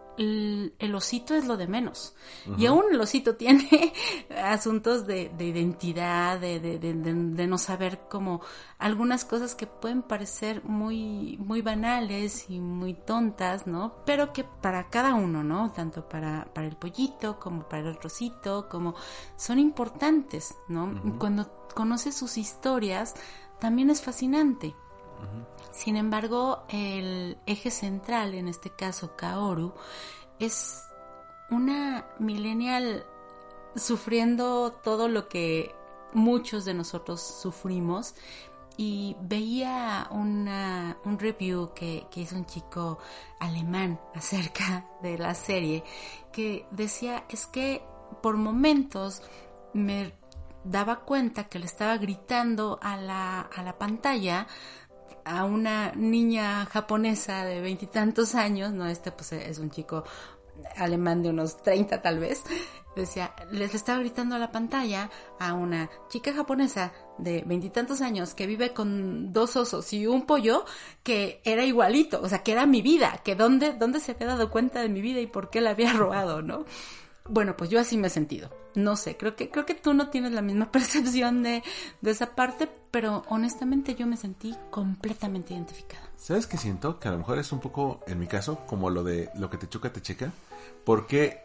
el osito es lo de menos. Y aún el osito tiene asuntos de identidad, de no saber como algunas cosas que pueden parecer muy, muy banales y muy tontas, ¿no? Pero que para cada uno, ¿no? Tanto para el pollito como para el osito, como son importantes, ¿no? Cuando conoces sus historias, también es fascinante. Sin embargo, el eje central, en este caso Kaoru, es una millennial sufriendo todo lo que muchos de nosotros sufrimos. Y veía un review que hizo un chico alemán acerca de la serie, que decía, es que por momentos me daba cuenta que le estaba gritando a la pantalla a una niña japonesa de 20 y tantos años, no, pues es un chico alemán de unos 30 tal vez, decía, les estaba gritando a la pantalla a una chica japonesa de 20 y tantos años que vive con 2 osos y un pollo, que era igualito, o sea, que era mi vida, que dónde se había dado cuenta de mi vida y por qué la había robado, ¿no? Bueno, pues yo así me he sentido. No sé, creo que tú no tienes la misma percepción de esa parte, pero honestamente yo me sentí completamente identificada. ¿Sabes qué siento? Que a lo mejor es un poco, en mi caso, como lo de lo que te choca, te checa. Porque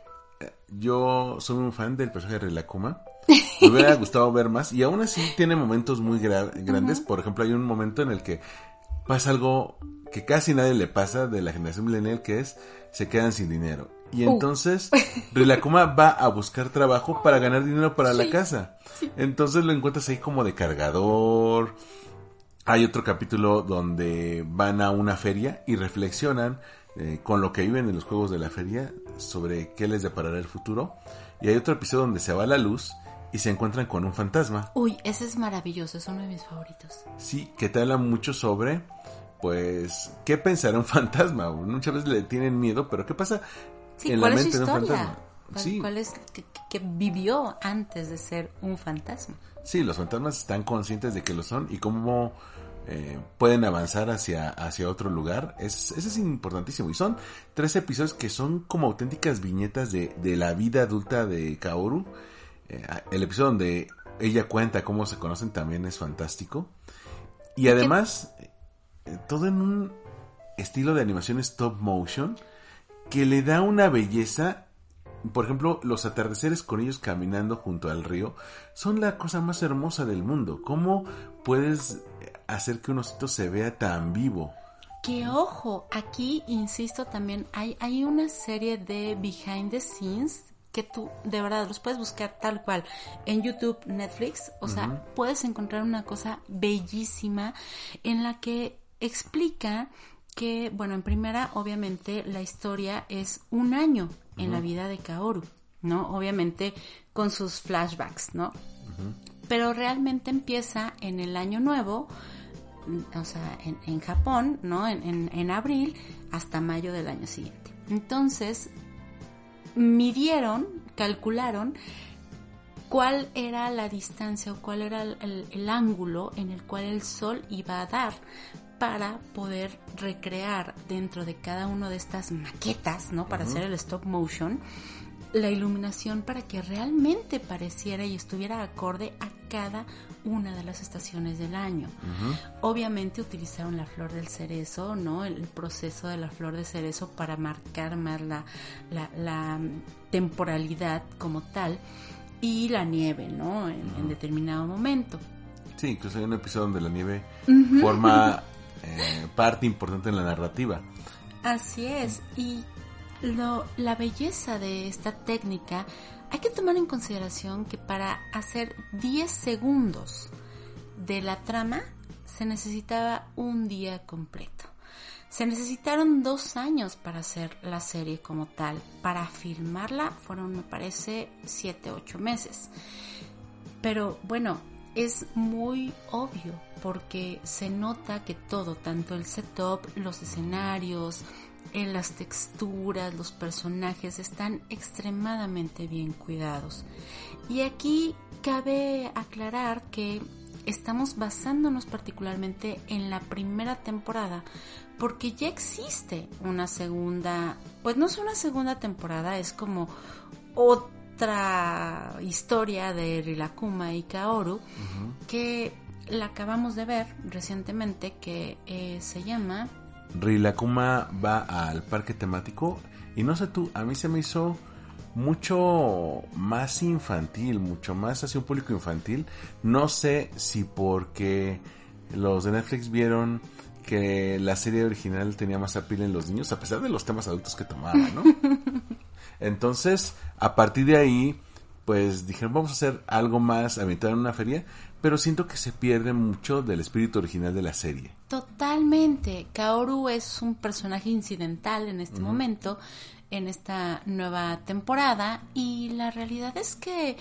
yo soy un fan del personaje de Rilakkuma. Me hubiera gustado ver más. Y aún así tiene momentos muy grandes. Por ejemplo, hay un momento en el que pasa algo que casi nadie le pasa de la generación millennial, que es se quedan sin dinero. Y entonces Rilakkuma va a buscar trabajo para ganar dinero para la casa. Sí. Entonces lo encuentras ahí como de cargador. Hay otro capítulo donde van a una feria y reflexionan con lo que viven en los juegos de la feria sobre qué les deparará el futuro. Y hay otro episodio donde se va la luz y se encuentran con un fantasma. Uy, ese es maravilloso, es uno de mis favoritos. Sí, que te habla mucho sobre, pues, ¿qué pensará un fantasma? Muchas veces le tienen miedo, pero ¿qué pasa? Sí, ¿cuál es su historia? ¿Cuál es que vivió antes de ser un fantasma? Sí, los fantasmas están conscientes de que lo son y cómo pueden avanzar hacia otro lugar. Eso es importantísimo. Y son 3 episodios que son como auténticas viñetas de la vida adulta de Kaoru. El episodio donde ella cuenta cómo se conocen también es fantástico. Y además, todo en un estilo de animación stop motion que le da una belleza por ejemplo, los atardeceres con ellos caminando junto al río son la cosa más hermosa del mundo. ¿Cómo puedes hacer que un osito se vea tan vivo? Que ojo, aquí insisto también, hay una serie de behind the scenes que tú de verdad los puedes buscar tal cual en YouTube, Netflix, o sea, puedes encontrar una cosa bellísima en la que explica que, bueno, en primera, obviamente, la historia es un año en la vida de Kaoru, ¿no? Obviamente con sus flashbacks, ¿no? Pero realmente empieza en el año nuevo, o sea, en Japón, ¿no? En abril hasta mayo del año siguiente. Entonces, calcularon cuál era la distancia o cuál era el ángulo en el cual el sol iba a dar para poder recrear dentro de cada una de estas maquetas, ¿no? Para hacer el stop motion, la iluminación para que realmente pareciera y estuviera acorde a cada una de las estaciones del año. Obviamente utilizaron la flor del cerezo, ¿no? El proceso de la flor de cerezo para marcar más la temporalidad como tal, y la nieve, ¿no? En determinado momento. Sí, incluso hay un episodio donde la nieve forma parte importante en la narrativa. Así es, y la belleza de esta técnica, hay que tomar en consideración que para hacer 10 segundos de la trama se necesitaba un día completo. Se necesitaron 2 años para hacer la serie como tal. Para filmarla fueron, me parece, 7-8 meses. Pero bueno, es muy obvio porque se nota que todo, tanto el setup, los escenarios, las texturas, los personajes están extremadamente bien cuidados. Y aquí cabe aclarar que estamos basándonos particularmente en la primera temporada porque ya existe una segunda, pues no es una segunda temporada, es como otra historia de Rilakkuma y Kaoru que la acabamos de ver recientemente, que se llama Rilakkuma va al parque temático y no sé tú, a mí se me hizo mucho más infantil, mucho más hacia un público infantil. No sé si porque los de Netflix vieron que la serie original tenía más appeal en los niños, a pesar de los temas adultos que tomaba, ¿no? Entonces, a partir de ahí, pues dijeron, vamos a hacer algo más ambientado en una feria, pero siento que se pierde mucho del espíritu original de la serie. Totalmente. Kaoru es un personaje incidental en este momento, en esta nueva temporada, y la realidad es que,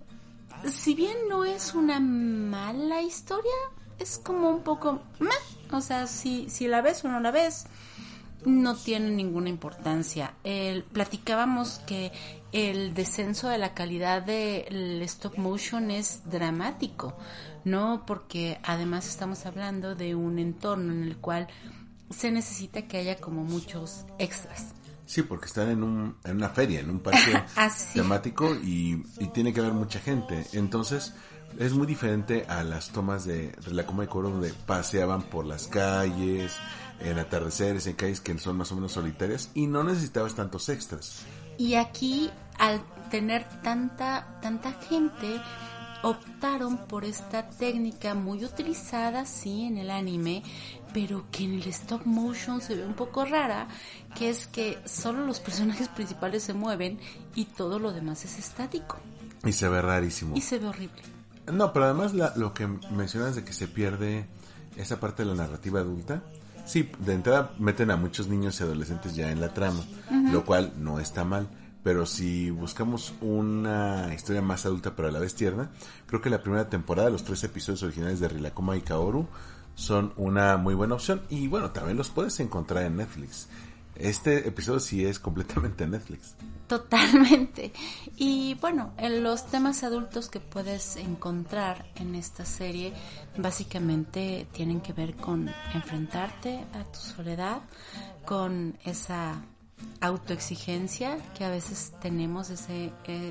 si bien no es una mala historia, es como un poco meh. O sea, si la ves o no la ves, no tiene ninguna importancia. Platicábamos que el descenso de la calidad del stop motion es dramático, ¿no? Porque además estamos hablando de un entorno en el cual se necesita que haya como muchos extras. Sí, porque están en una feria, en un parque temático y tiene que haber mucha gente. Entonces, es muy diferente a las tomas de Rilakkuma y Kaoru, donde paseaban por las calles, en atardeceres, en calles que son más o menos solitarias, y no necesitabas tantos extras. Y aquí, al tener tanta gente, optaron por esta técnica muy utilizada, sí, en el anime, pero que en el stop motion se ve un poco rara, que es que solo los personajes principales se mueven y todo lo demás es estático. Y se ve rarísimo. Y se ve horrible. No, pero además lo que mencionas de que se pierde esa parte de la narrativa adulta. Sí, de entrada meten a muchos niños y adolescentes ya en la trama, lo cual no está mal. Pero si buscamos una historia más adulta pero a la vez tierna, creo que la primera temporada, los 3 episodios originales de Rilakkuma y Kaoru, son una muy buena opción. Y bueno, también los puedes encontrar en Netflix. Este episodio sí es completamente Netflix. Totalmente. Y bueno, los temas adultos que puedes encontrar en esta serie básicamente tienen que ver con enfrentarte a tu soledad, con esa autoexigencia que a veces tenemos, ese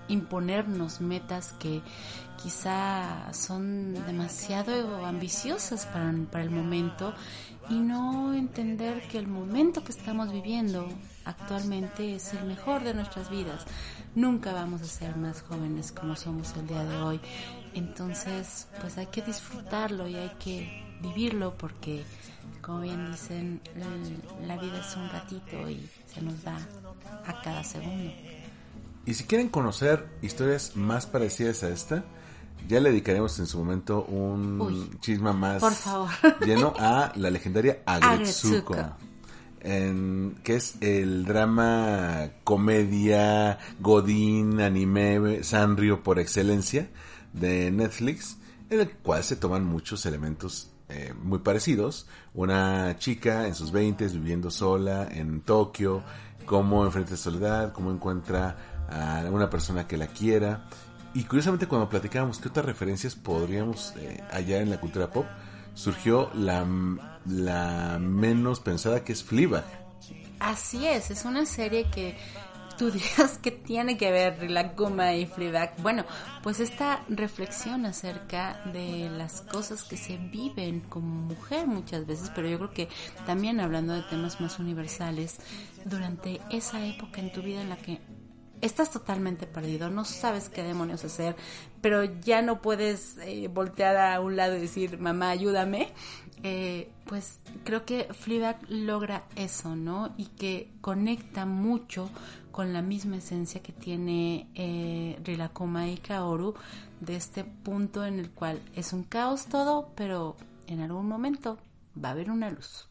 imponernos metas que quizá son demasiado ambiciosas para el momento y no entender que el momento que estamos viviendo actualmente es el mejor de nuestras vidas. Nunca vamos a ser más jóvenes como somos el día de hoy. Entonces, pues hay que disfrutarlo y hay que vivirlo porque, como bien dicen, la vida es un ratito y se nos da a cada segundo. Y si quieren conocer historias más parecidas a esta, ya le dedicaremos en su momento un chisme más por favor. lleno a la legendaria Aggretsuko, que es el drama, comedia, godín, anime, sanrio por excelencia de Netflix, en el cual se toman muchos elementos muy parecidos. Una chica en sus 20s viviendo sola en Tokio, cómo enfrenta soledad, cómo encuentra a una persona que la quiera. Y curiosamente, cuando platicábamos qué otras referencias podríamos hallar en la cultura pop, surgió la menos pensada, que es Fleabag. Así es una serie que tú dirías que tiene que ver Rilakkuma y Fleabag. Bueno, pues esta reflexión acerca de las cosas que se viven como mujer muchas veces, pero yo creo que también hablando de temas más universales, durante esa época en tu vida en la que estás totalmente perdido, no sabes qué demonios hacer, pero ya no puedes voltear a un lado y decir, mamá, ayúdame. Pues creo que Fleabag logra eso, ¿no? Y que conecta mucho con la misma esencia que tiene Rilakkuma y Kaoru, de este punto en el cual es un caos todo, pero en algún momento va a haber una luz.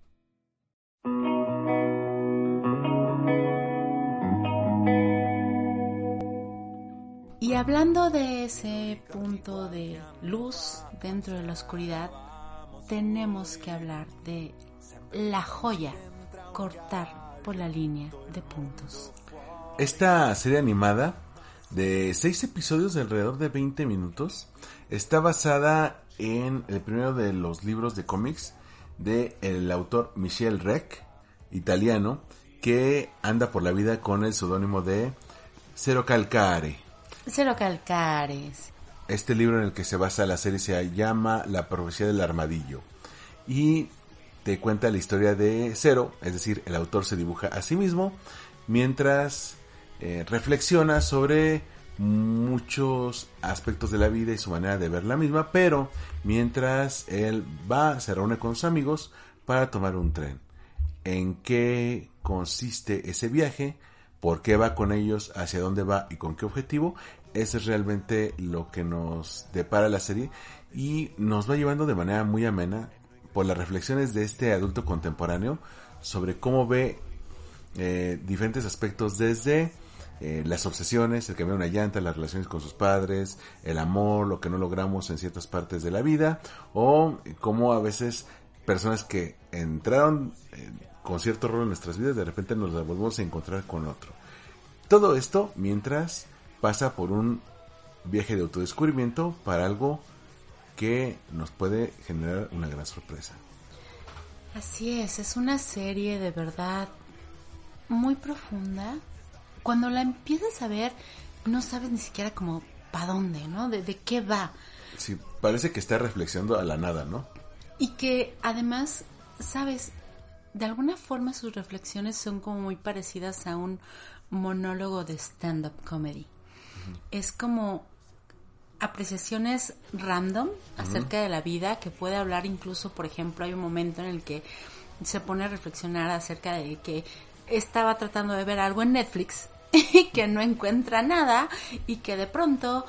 Y hablando de ese punto de luz dentro de la oscuridad, tenemos que hablar de la joya, cortar por la línea de puntos. Esta serie animada de 6 episodios de alrededor de 20 minutos está basada en el primero de los libros de cómics del autor Michel Rec, italiano, que anda por la vida con el seudónimo de Zero Calcare. Zero Calcares. Este libro en el que se basa la serie se llama La profecía del armadillo y te cuenta la historia de Zero, es decir, el autor se dibuja a sí mismo mientras reflexiona sobre muchos aspectos de la vida y su manera de ver la misma, pero mientras él se reúne con sus amigos para tomar un tren. ¿En qué consiste ese viaje? ¿Por qué va con ellos? ¿Hacia dónde va? ¿Y con qué objetivo? Eso es realmente lo que nos depara la serie y nos va llevando de manera muy amena por las reflexiones de este adulto contemporáneo sobre cómo ve diferentes aspectos, desde las obsesiones, el cambiar una llanta, las relaciones con sus padres, el amor, lo que no logramos en ciertas partes de la vida, o cómo a veces personas que entraron con cierto rol en nuestras vidas, de repente nos las volvemos a encontrar con otro. Todo esto mientras pasa por un viaje de autodescubrimiento para algo que nos puede generar una gran sorpresa. Así es una serie de verdad muy profunda. Cuando la empiezas a ver, no sabes ni siquiera como para dónde, ¿no? De qué va. Sí, parece que está reflexionando a la nada, ¿no? Y que además, sabes, de alguna forma sus reflexiones son como muy parecidas a un monólogo de stand-up comedy. Uh-huh. Es como apreciaciones random acerca de la vida, que puede hablar incluso, por ejemplo, hay un momento en el que se pone a reflexionar acerca de que estaba tratando de ver algo en Netflix y que no encuentra nada y que de pronto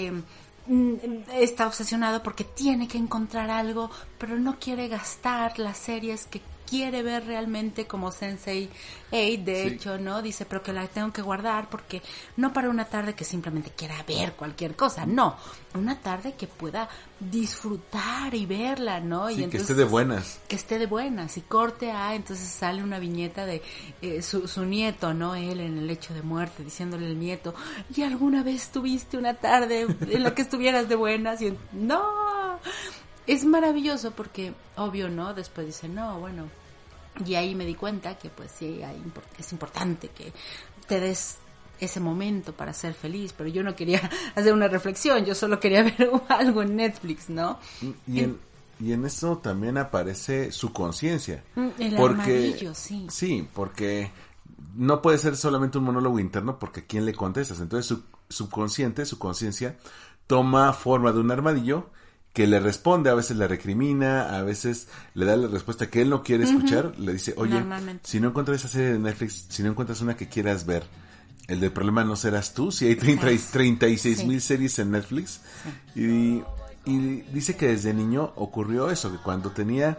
está obsesionado porque tiene que encontrar algo, pero no quiere gastar las series que quiere ver realmente, como Sense8, de hecho, ¿no? Dice, pero que la tengo que guardar porque no para una tarde que simplemente quiera ver cualquier cosa, no, una tarde que pueda disfrutar y verla, ¿no? Sí, y entonces, que esté de buenas. Que esté de buenas, y corte a, entonces sale una viñeta de su nieto, ¿no? Él en el lecho de muerte, diciéndole al nieto, ¿y alguna vez tuviste una tarde en la que estuvieras de buenas? Y no, es maravilloso porque, obvio, ¿no? Después dice, no, bueno, y ahí me di cuenta que pues sí, es importante que te des ese momento para ser feliz, pero yo no quería hacer una reflexión, yo solo quería ver algo en Netflix, ¿no? Y en eso también aparece su conciencia. El armadillo, sí. Sí, porque no puede ser solamente un monólogo interno, porque ¿a quién le contestas? Entonces su subconsciente, su conciencia, toma forma de un armadillo que le responde, a veces le recrimina, a veces le da la respuesta que él no quiere escuchar, le dice, oye, si no encuentras esa serie de Netflix, si no encuentras una que quieras ver, el del problema no serás tú, si hay 36,000 series en Netflix. Sí. Y dice que desde niño ocurrió eso, que cuando tenía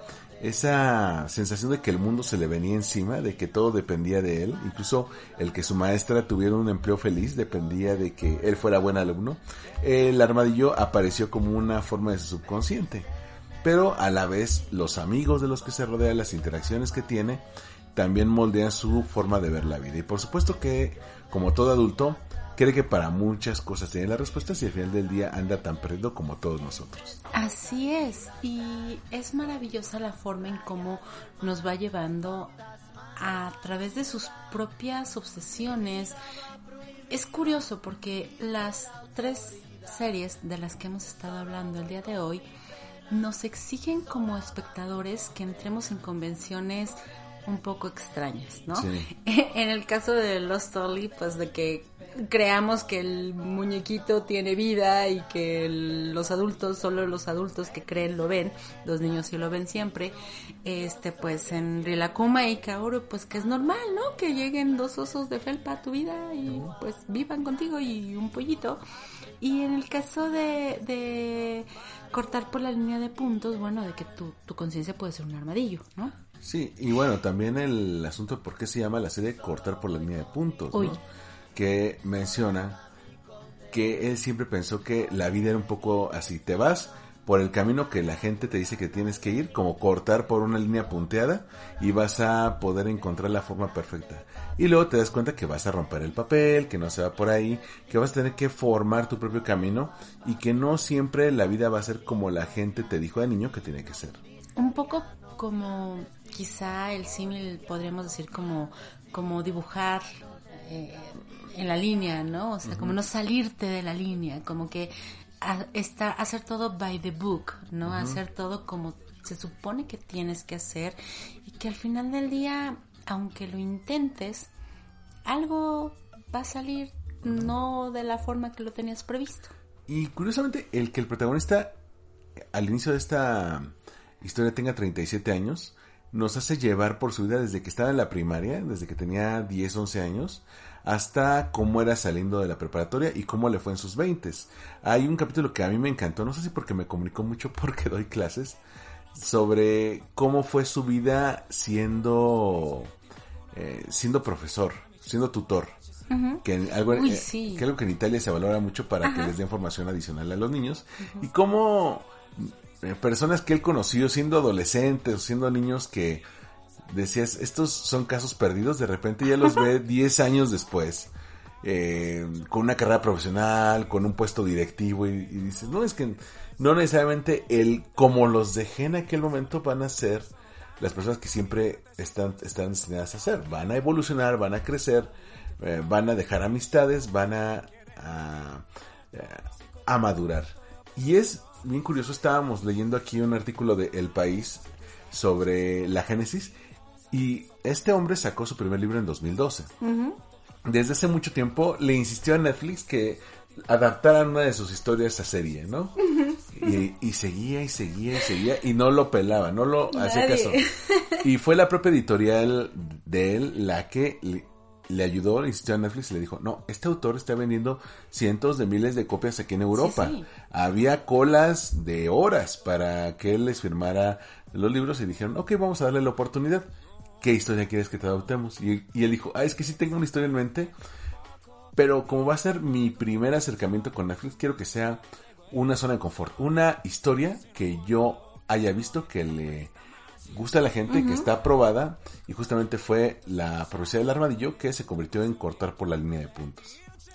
esa sensación de que el mundo se le venía encima, de que todo dependía de él, incluso el que su maestra tuviera un empleo feliz dependía de que él fuera buen alumno, el armadillo apareció como una forma de su subconsciente, pero a la vez los amigos de los que se rodea, las interacciones que tiene, también moldean su forma de ver la vida. Y por supuesto que, como todo adulto, cree que para muchas cosas tiene las respuestas y al final del día anda tan perdido como todos nosotros. Así es, y es maravillosa la forma en cómo nos va llevando a través de sus propias obsesiones. Es curioso porque las 3 series de las que hemos estado hablando el día de hoy nos exigen como espectadores que entremos en convenciones un poco extrañas, ¿no? Sí. En el caso de Lost Ollie, pues de que creamos que el muñequito tiene vida y que los adultos, solo los adultos que creen lo ven, los niños sí lo ven siempre, pues en Rilakkuma y Kaoru, pues que es normal, ¿no? Que lleguen 2 osos de felpa a tu vida y pues vivan contigo y un pollito. Y en el caso de cortar por la línea de puntos, bueno, de que tu conciencia puede ser un armadillo, ¿no? Sí, y bueno, también el asunto de por qué se llama la serie Cortar por la línea de puntos, ¿no? Que menciona que él siempre pensó que la vida era un poco así, te vas por el camino que la gente te dice que tienes que ir, como cortar por una línea punteada y vas a poder encontrar la forma perfecta. Y luego te das cuenta que vas a romper el papel, que no se va por ahí, que vas a tener que formar tu propio camino y que no siempre la vida va a ser como la gente te dijo de niño que tiene que ser. Un poco como quizá el símil podríamos decir como dibujar en la línea, ¿no? O sea, como no salirte de la línea, como que hacer todo by the book, ¿no? Hacer todo como se supone que tienes que hacer y que al final del día, aunque lo intentes, algo va a salir no de la forma que lo tenías previsto. Y curiosamente, el que el protagonista al inicio de esta historia tenga 37 años, nos hace llevar por su vida desde que estaba en la primaria, desde que tenía 10, 11 años, hasta cómo era saliendo de la preparatoria y cómo le fue en sus 20s. Hay un capítulo que a mí me encantó, no sé si porque me comunicó mucho porque doy clases, sobre cómo fue su vida siendo profesor, siendo tutor. Que algo que en Italia se valora mucho para que les den formación adicional a los niños. Y cómo personas que él conoció siendo adolescentes o siendo niños que decías, estos son casos perdidos, de repente ya los ve 10 años después, con una carrera profesional, con un puesto directivo y dices, no, es que no necesariamente como los dejé en aquel momento van a ser las personas que siempre están destinadas a ser, van a evolucionar, van a crecer, van a dejar amistades, van a madurar. Y es bien curioso, estábamos leyendo aquí un artículo de El País sobre la génesis y este hombre sacó su primer libro en 2012. Desde hace mucho tiempo le insistió a Netflix que adaptaran una de sus historias a serie, ¿no? Y seguía y no lo pelaba, no lo hacía caso. Y fue la propia editorial de él la que le ayudó, le insistió a Netflix y le dijo, no, este autor está vendiendo cientos de miles de copias aquí en Europa. Sí. Había colas de horas para que él les firmara los libros y dijeron, ok, vamos a darle la oportunidad. ¿Qué historia quieres que te adoptemos? Y él dijo, es que sí tengo una historia en mente, pero como va a ser mi primer acercamiento con Netflix, quiero que sea una zona de confort, una historia que yo haya visto que le gusta a la gente, que está aprobada, y justamente fue La profecía del armadillo que se convirtió en Cortar por la línea de puntos.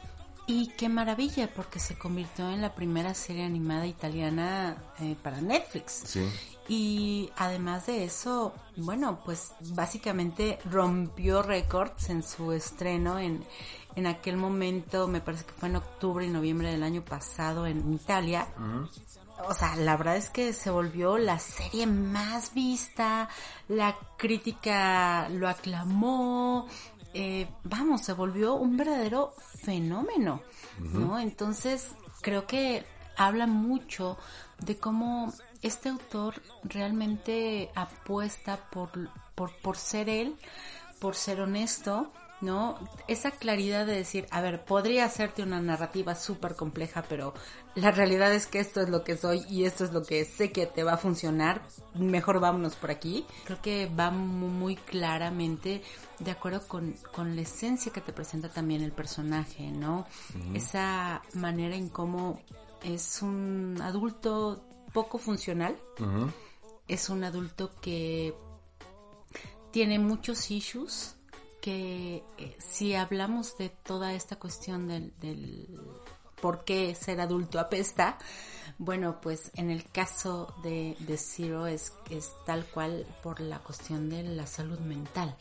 Y qué maravilla, porque se convirtió en la primera serie animada italiana para Netflix. Sí. Y además de eso, bueno, pues básicamente rompió récords en su estreno en en aquel momento, me parece que fue en octubre y noviembre del año pasado en Italia. O sea, la verdad es que se volvió la serie más vista, la crítica lo aclamó, se volvió un verdadero fenómeno, ¿no? Entonces, creo que habla mucho de cómo este autor realmente apuesta por ser él, por ser honesto, ¿no? Esa claridad de decir, a ver, podría hacerte una narrativa súper compleja, pero la realidad es que esto es lo que soy y esto es lo que sé que te va a funcionar, mejor vámonos por aquí. Creo que va muy claramente de acuerdo con la esencia que te presenta también el personaje, ¿no? Esa manera en cómo es un adulto poco funcional, es un adulto que tiene muchos issues, que si hablamos de toda esta cuestión del por qué ser adulto apesta, bueno, pues en el caso de Zero es tal cual por la cuestión de la salud mental.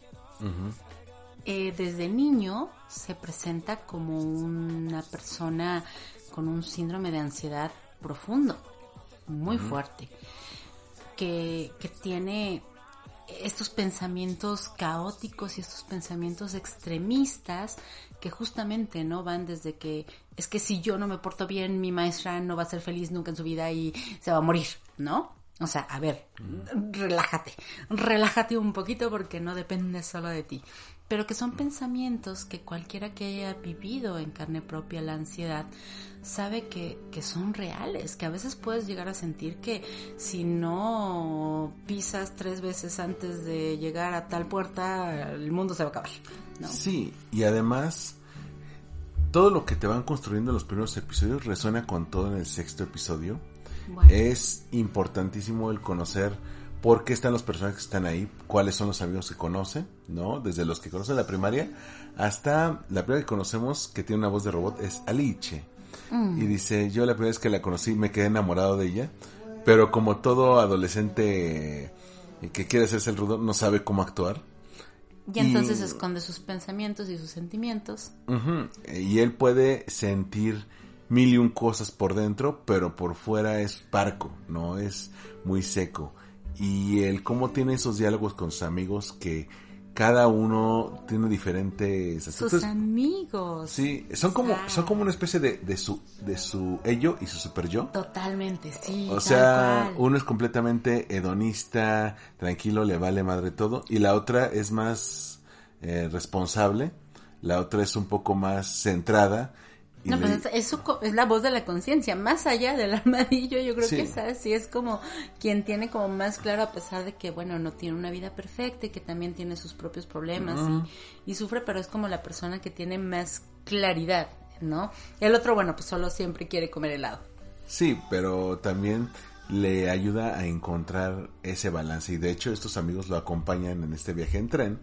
Desde niño se presenta como una persona con un síndrome de ansiedad profundo, muy fuerte, que tiene estos pensamientos caóticos y estos pensamientos extremistas que justamente no van desde que es que si yo no me porto bien, mi maestra no va a ser feliz nunca en su vida y se va a morir, ¿no? O sea, a ver, relájate un poquito porque no depende solo de ti. Pero que son pensamientos que cualquiera que haya vivido en carne propia la ansiedad sabe que son reales, que a veces puedes llegar a sentir que si no pisas 3 veces antes de llegar a tal puerta, el mundo se va a acabar, ¿no? Sí, y además todo lo que te van construyendo en los primeros episodios resuena con todo en el 6º episodio. Bueno. Es importantísimo el conocer por qué están los personajes que están ahí, cuáles son los amigos que conocen, ¿no? Desde los que conocen la primaria hasta la primera que conocemos que tiene una voz de robot es Alice. Y dice, yo la primera vez que la conocí me quedé enamorado de ella, pero como todo adolescente que quiere hacerse el rudo, no sabe cómo actuar. Y entonces esconde sus pensamientos y sus sentimientos. Y él puede sentir 1001 cosas por dentro, pero por fuera es parco, ¿no? Es muy seco. Y él cómo tiene esos diálogos con sus amigos que cada uno tiene diferentes aspectos. Sus amigos. Sí, son como una especie de su ello y su super yo. Totalmente, sí. O sea, uno es completamente hedonista, tranquilo, le vale madre todo, y la otra es más responsable, la otra es un poco más centrada. No, pues eso es la voz de la conciencia, más allá del armadillo, yo creo que esa sí es como quien tiene como más claro, a pesar de que, bueno, no tiene una vida perfecta y que también tiene sus propios problemas y sufre, pero es como la persona que tiene más claridad, ¿no? El otro, bueno, pues solo siempre quiere comer helado. Sí, pero también le ayuda a encontrar ese balance, y de hecho estos amigos lo acompañan en este viaje en tren,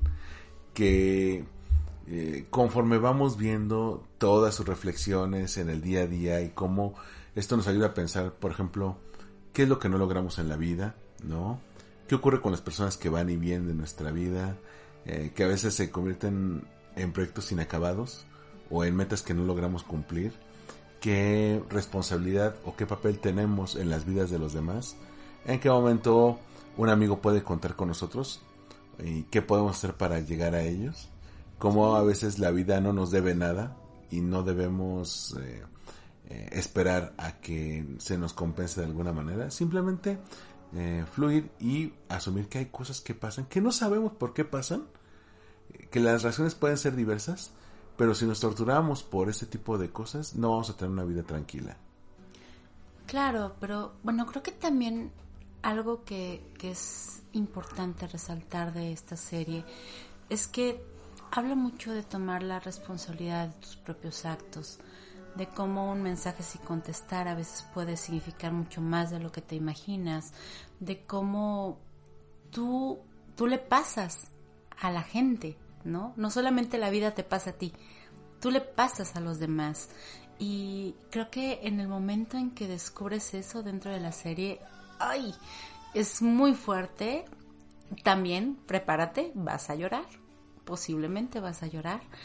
que conforme vamos viendo todas sus reflexiones en el día a día y cómo esto nos ayuda a pensar, por ejemplo, qué es lo que no logramos en la vida, ¿no? ¿Qué ocurre con las personas que van y vienen de nuestra vida, que a veces se convierten en proyectos inacabados o en metas que no logramos cumplir? ¿Qué responsabilidad o qué papel tenemos en las vidas de los demás? ¿En qué momento un amigo puede contar con nosotros? ¿Y qué podemos hacer para llegar a ellos? Cómo a veces la vida no nos debe nada y no debemos esperar a que se nos compense de alguna manera. Simplemente fluir y asumir que hay cosas que pasan, que no sabemos por qué pasan, que las razones pueden ser diversas, pero si nos torturamos por ese tipo de cosas, no vamos a tener una vida tranquila. Claro, pero bueno, creo que también algo que es importante resaltar de esta serie es que habla mucho de tomar la responsabilidad de tus propios actos, de cómo un mensaje sin contestar a veces puede significar mucho más de lo que te imaginas, de cómo tú le pasas a la gente, ¿no? No solamente la vida te pasa a ti, tú le pasas a los demás. Y creo que en el momento en que descubres eso dentro de la serie, ¡ay! Es muy fuerte. También prepárate, vas a llorar. Posiblemente vas a llorar,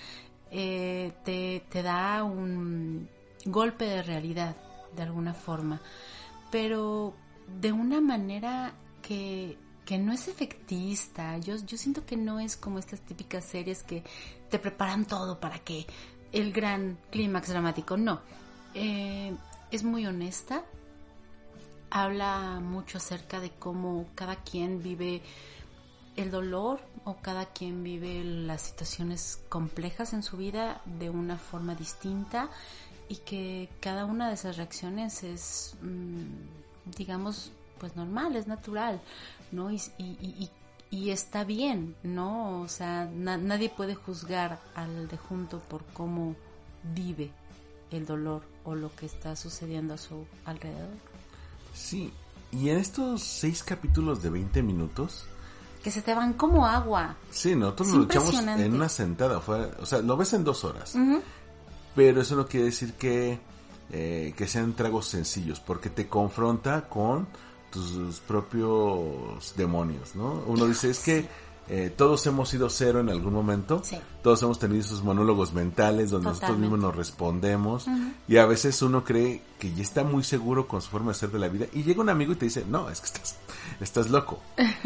te da un golpe de realidad de alguna forma, pero de una manera que no es efectista. Yo siento que no es como estas típicas series que te preparan todo para que el gran clímax dramático, no. Es muy honesta, habla mucho acerca de cómo cada quien vive el dolor o cada quien vive las situaciones complejas en su vida de una forma distinta y que cada una de esas reacciones es, digamos, pues normal, es natural, ¿no? Y está bien, ¿no? O sea, nadie puede juzgar al de junto por cómo vive el dolor o lo que está sucediendo a su alrededor. Sí, y en estos 6 capítulos de 20 minutos... que se te van como agua. Sí, nosotros lo echamos en una sentada, o sea, lo ves en 2 horas. Uh-huh. Pero eso no quiere decir que sean tragos sencillos, porque te confronta con tus propios demonios, ¿no? Uno dice, es que todos hemos sido cero en algún momento, sí. Todos hemos tenido esos monólogos mentales donde nosotros mismos nos respondemos, uh-huh. Y a veces uno cree que ya está muy seguro con su forma de ser de la vida y llega un amigo y te dice, no, es que estás loco,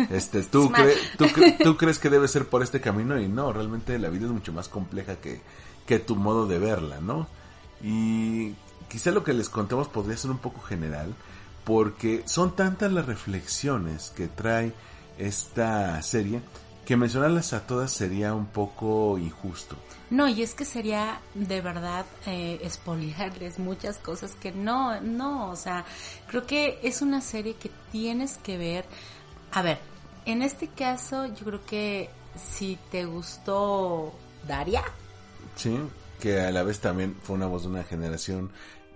tú crees que debe ser por este camino y no, realmente la vida es mucho más compleja que tu modo de verla, ¿no? Y quizá lo que les contemos podría ser un poco general, porque son tantas las reflexiones que trae esta serie que mencionarlas a todas sería un poco injusto. No, y es que sería de verdad spoilearles muchas cosas que no, o sea, creo que es una serie que tienes que ver. A ver, en este caso yo creo que si te gustó Daria. Sí, que a la vez también fue una voz de una generación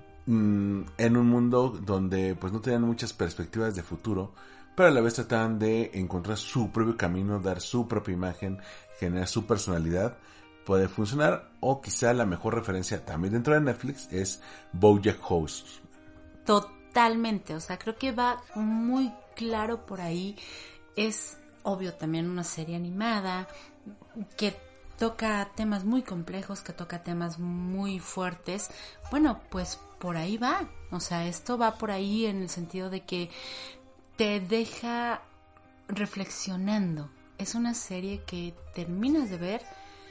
en un mundo donde pues no tenían muchas perspectivas de futuro, pero a la vez trataban de encontrar su propio camino, dar su propia imagen, generar su personalidad, puede funcionar. O quizá la mejor referencia también dentro de Netflix es BoJack Horseman. Totalmente, o sea, creo que va muy claro por ahí. Es obvio también una serie animada que toca temas muy complejos, que toca temas muy fuertes. Bueno, pues por ahí va. O sea, esto va por ahí en el sentido de que te deja reflexionando. Es una serie que terminas de ver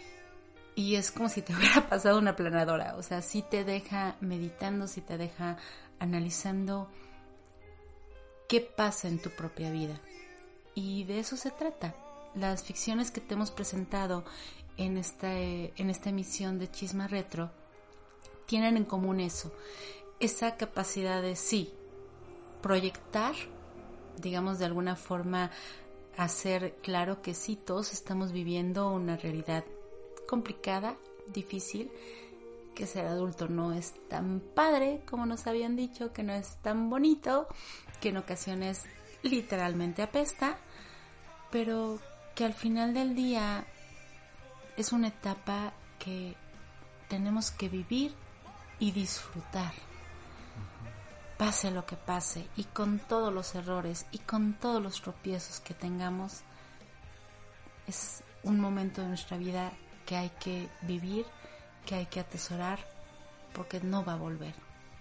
y es como si te hubiera pasado una planadora. O sea, sí te deja meditando, sí te deja analizando qué pasa en tu propia vida. Y de eso se trata. Las ficciones que te hemos presentado en esta emisión de Chisma Retro tienen en común eso, esa capacidad de sí, proyectar, digamos de alguna forma, hacer claro que sí, todos estamos viviendo una realidad complicada, difícil, que ser adulto no es tan padre como nos habían dicho, que no es tan bonito, que en ocasiones literalmente apesta, pero que al final del día es una etapa que tenemos que vivir y disfrutar, pase lo que pase, y con todos los errores y con todos los tropiezos que tengamos. Es un momento de nuestra vida que hay que vivir, que hay que atesorar, porque no va a volver.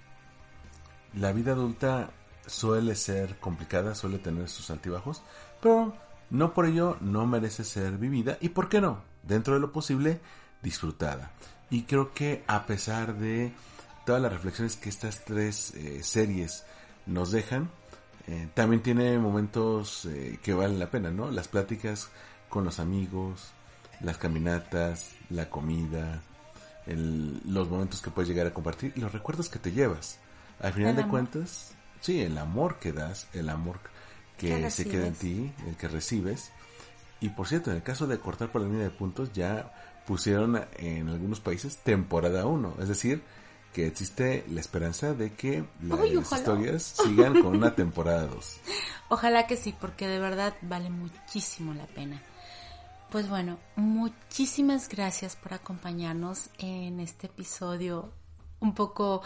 La vida adulta suele ser complicada, suele tener sus altibajos, pero no por ello no merece ser vivida, y por qué no, dentro de lo posible, disfrutada. Y creo que a pesar de todas las reflexiones que estas 3 series nos dejan, también tiene momentos que valen la pena, ¿no? Las pláticas con los amigos, las caminatas, la comida, los momentos que puedes llegar a compartir y los recuerdos que te llevas. Al final de cuentas, sí, el amor que das, el amor que se queda en ti, el que recibes. Y por cierto, en el caso de Cortar por la Línea de Puntos, ya pusieron en algunos países temporada 1, es decir, que existe la esperanza de que las historias sigan con una temporada 2. Ojalá que sí, porque de verdad vale muchísimo la pena. Pues bueno, muchísimas gracias por acompañarnos en este episodio un poco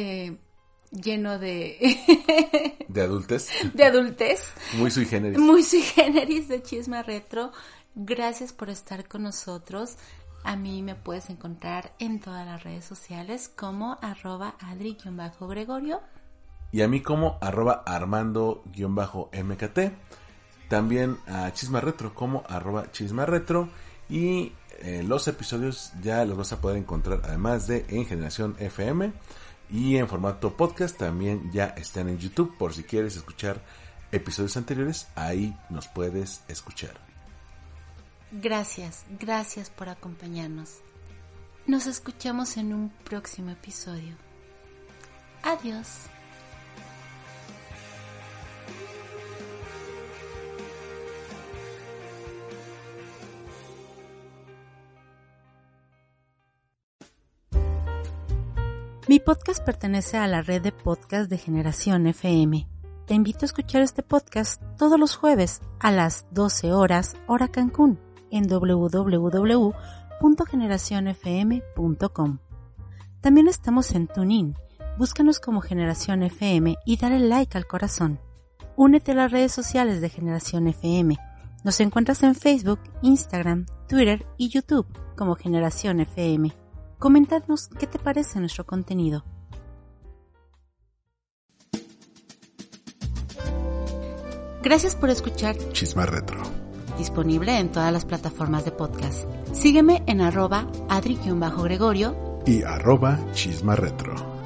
lleno de... ¿De adultez? De adultez. Muy sui generis. Muy sui generis de Chisma Retro. Gracias por estar con nosotros. A mí me puedes encontrar en todas las redes sociales como @adri_gregorio. Y a mí como @armando_mkt. También a Chisma Retro como @chismarretro. Y los episodios ya los vas a poder encontrar además de en Generación FM. Y en formato podcast también ya están en YouTube. Por si quieres escuchar episodios anteriores, ahí nos puedes escuchar. Gracias por acompañarnos. Nos escuchamos en un próximo episodio. Adiós. Mi podcast pertenece a la red de podcast de Generación FM. Te invito a escuchar este podcast todos los jueves a las 12 horas, hora Cancún, en www.generacionfm.com. También estamos en TuneIn. Búscanos como Generación FM y dale like al corazón. Únete a las redes sociales de Generación FM. Nos encuentras en Facebook, Instagram, Twitter y YouTube como Generación FM. Coméntanos qué te parece nuestro contenido. Gracias por escuchar Chisma Retro. Disponible en todas las plataformas de podcast. Sígueme en @adri_gregorio y @chismarretro.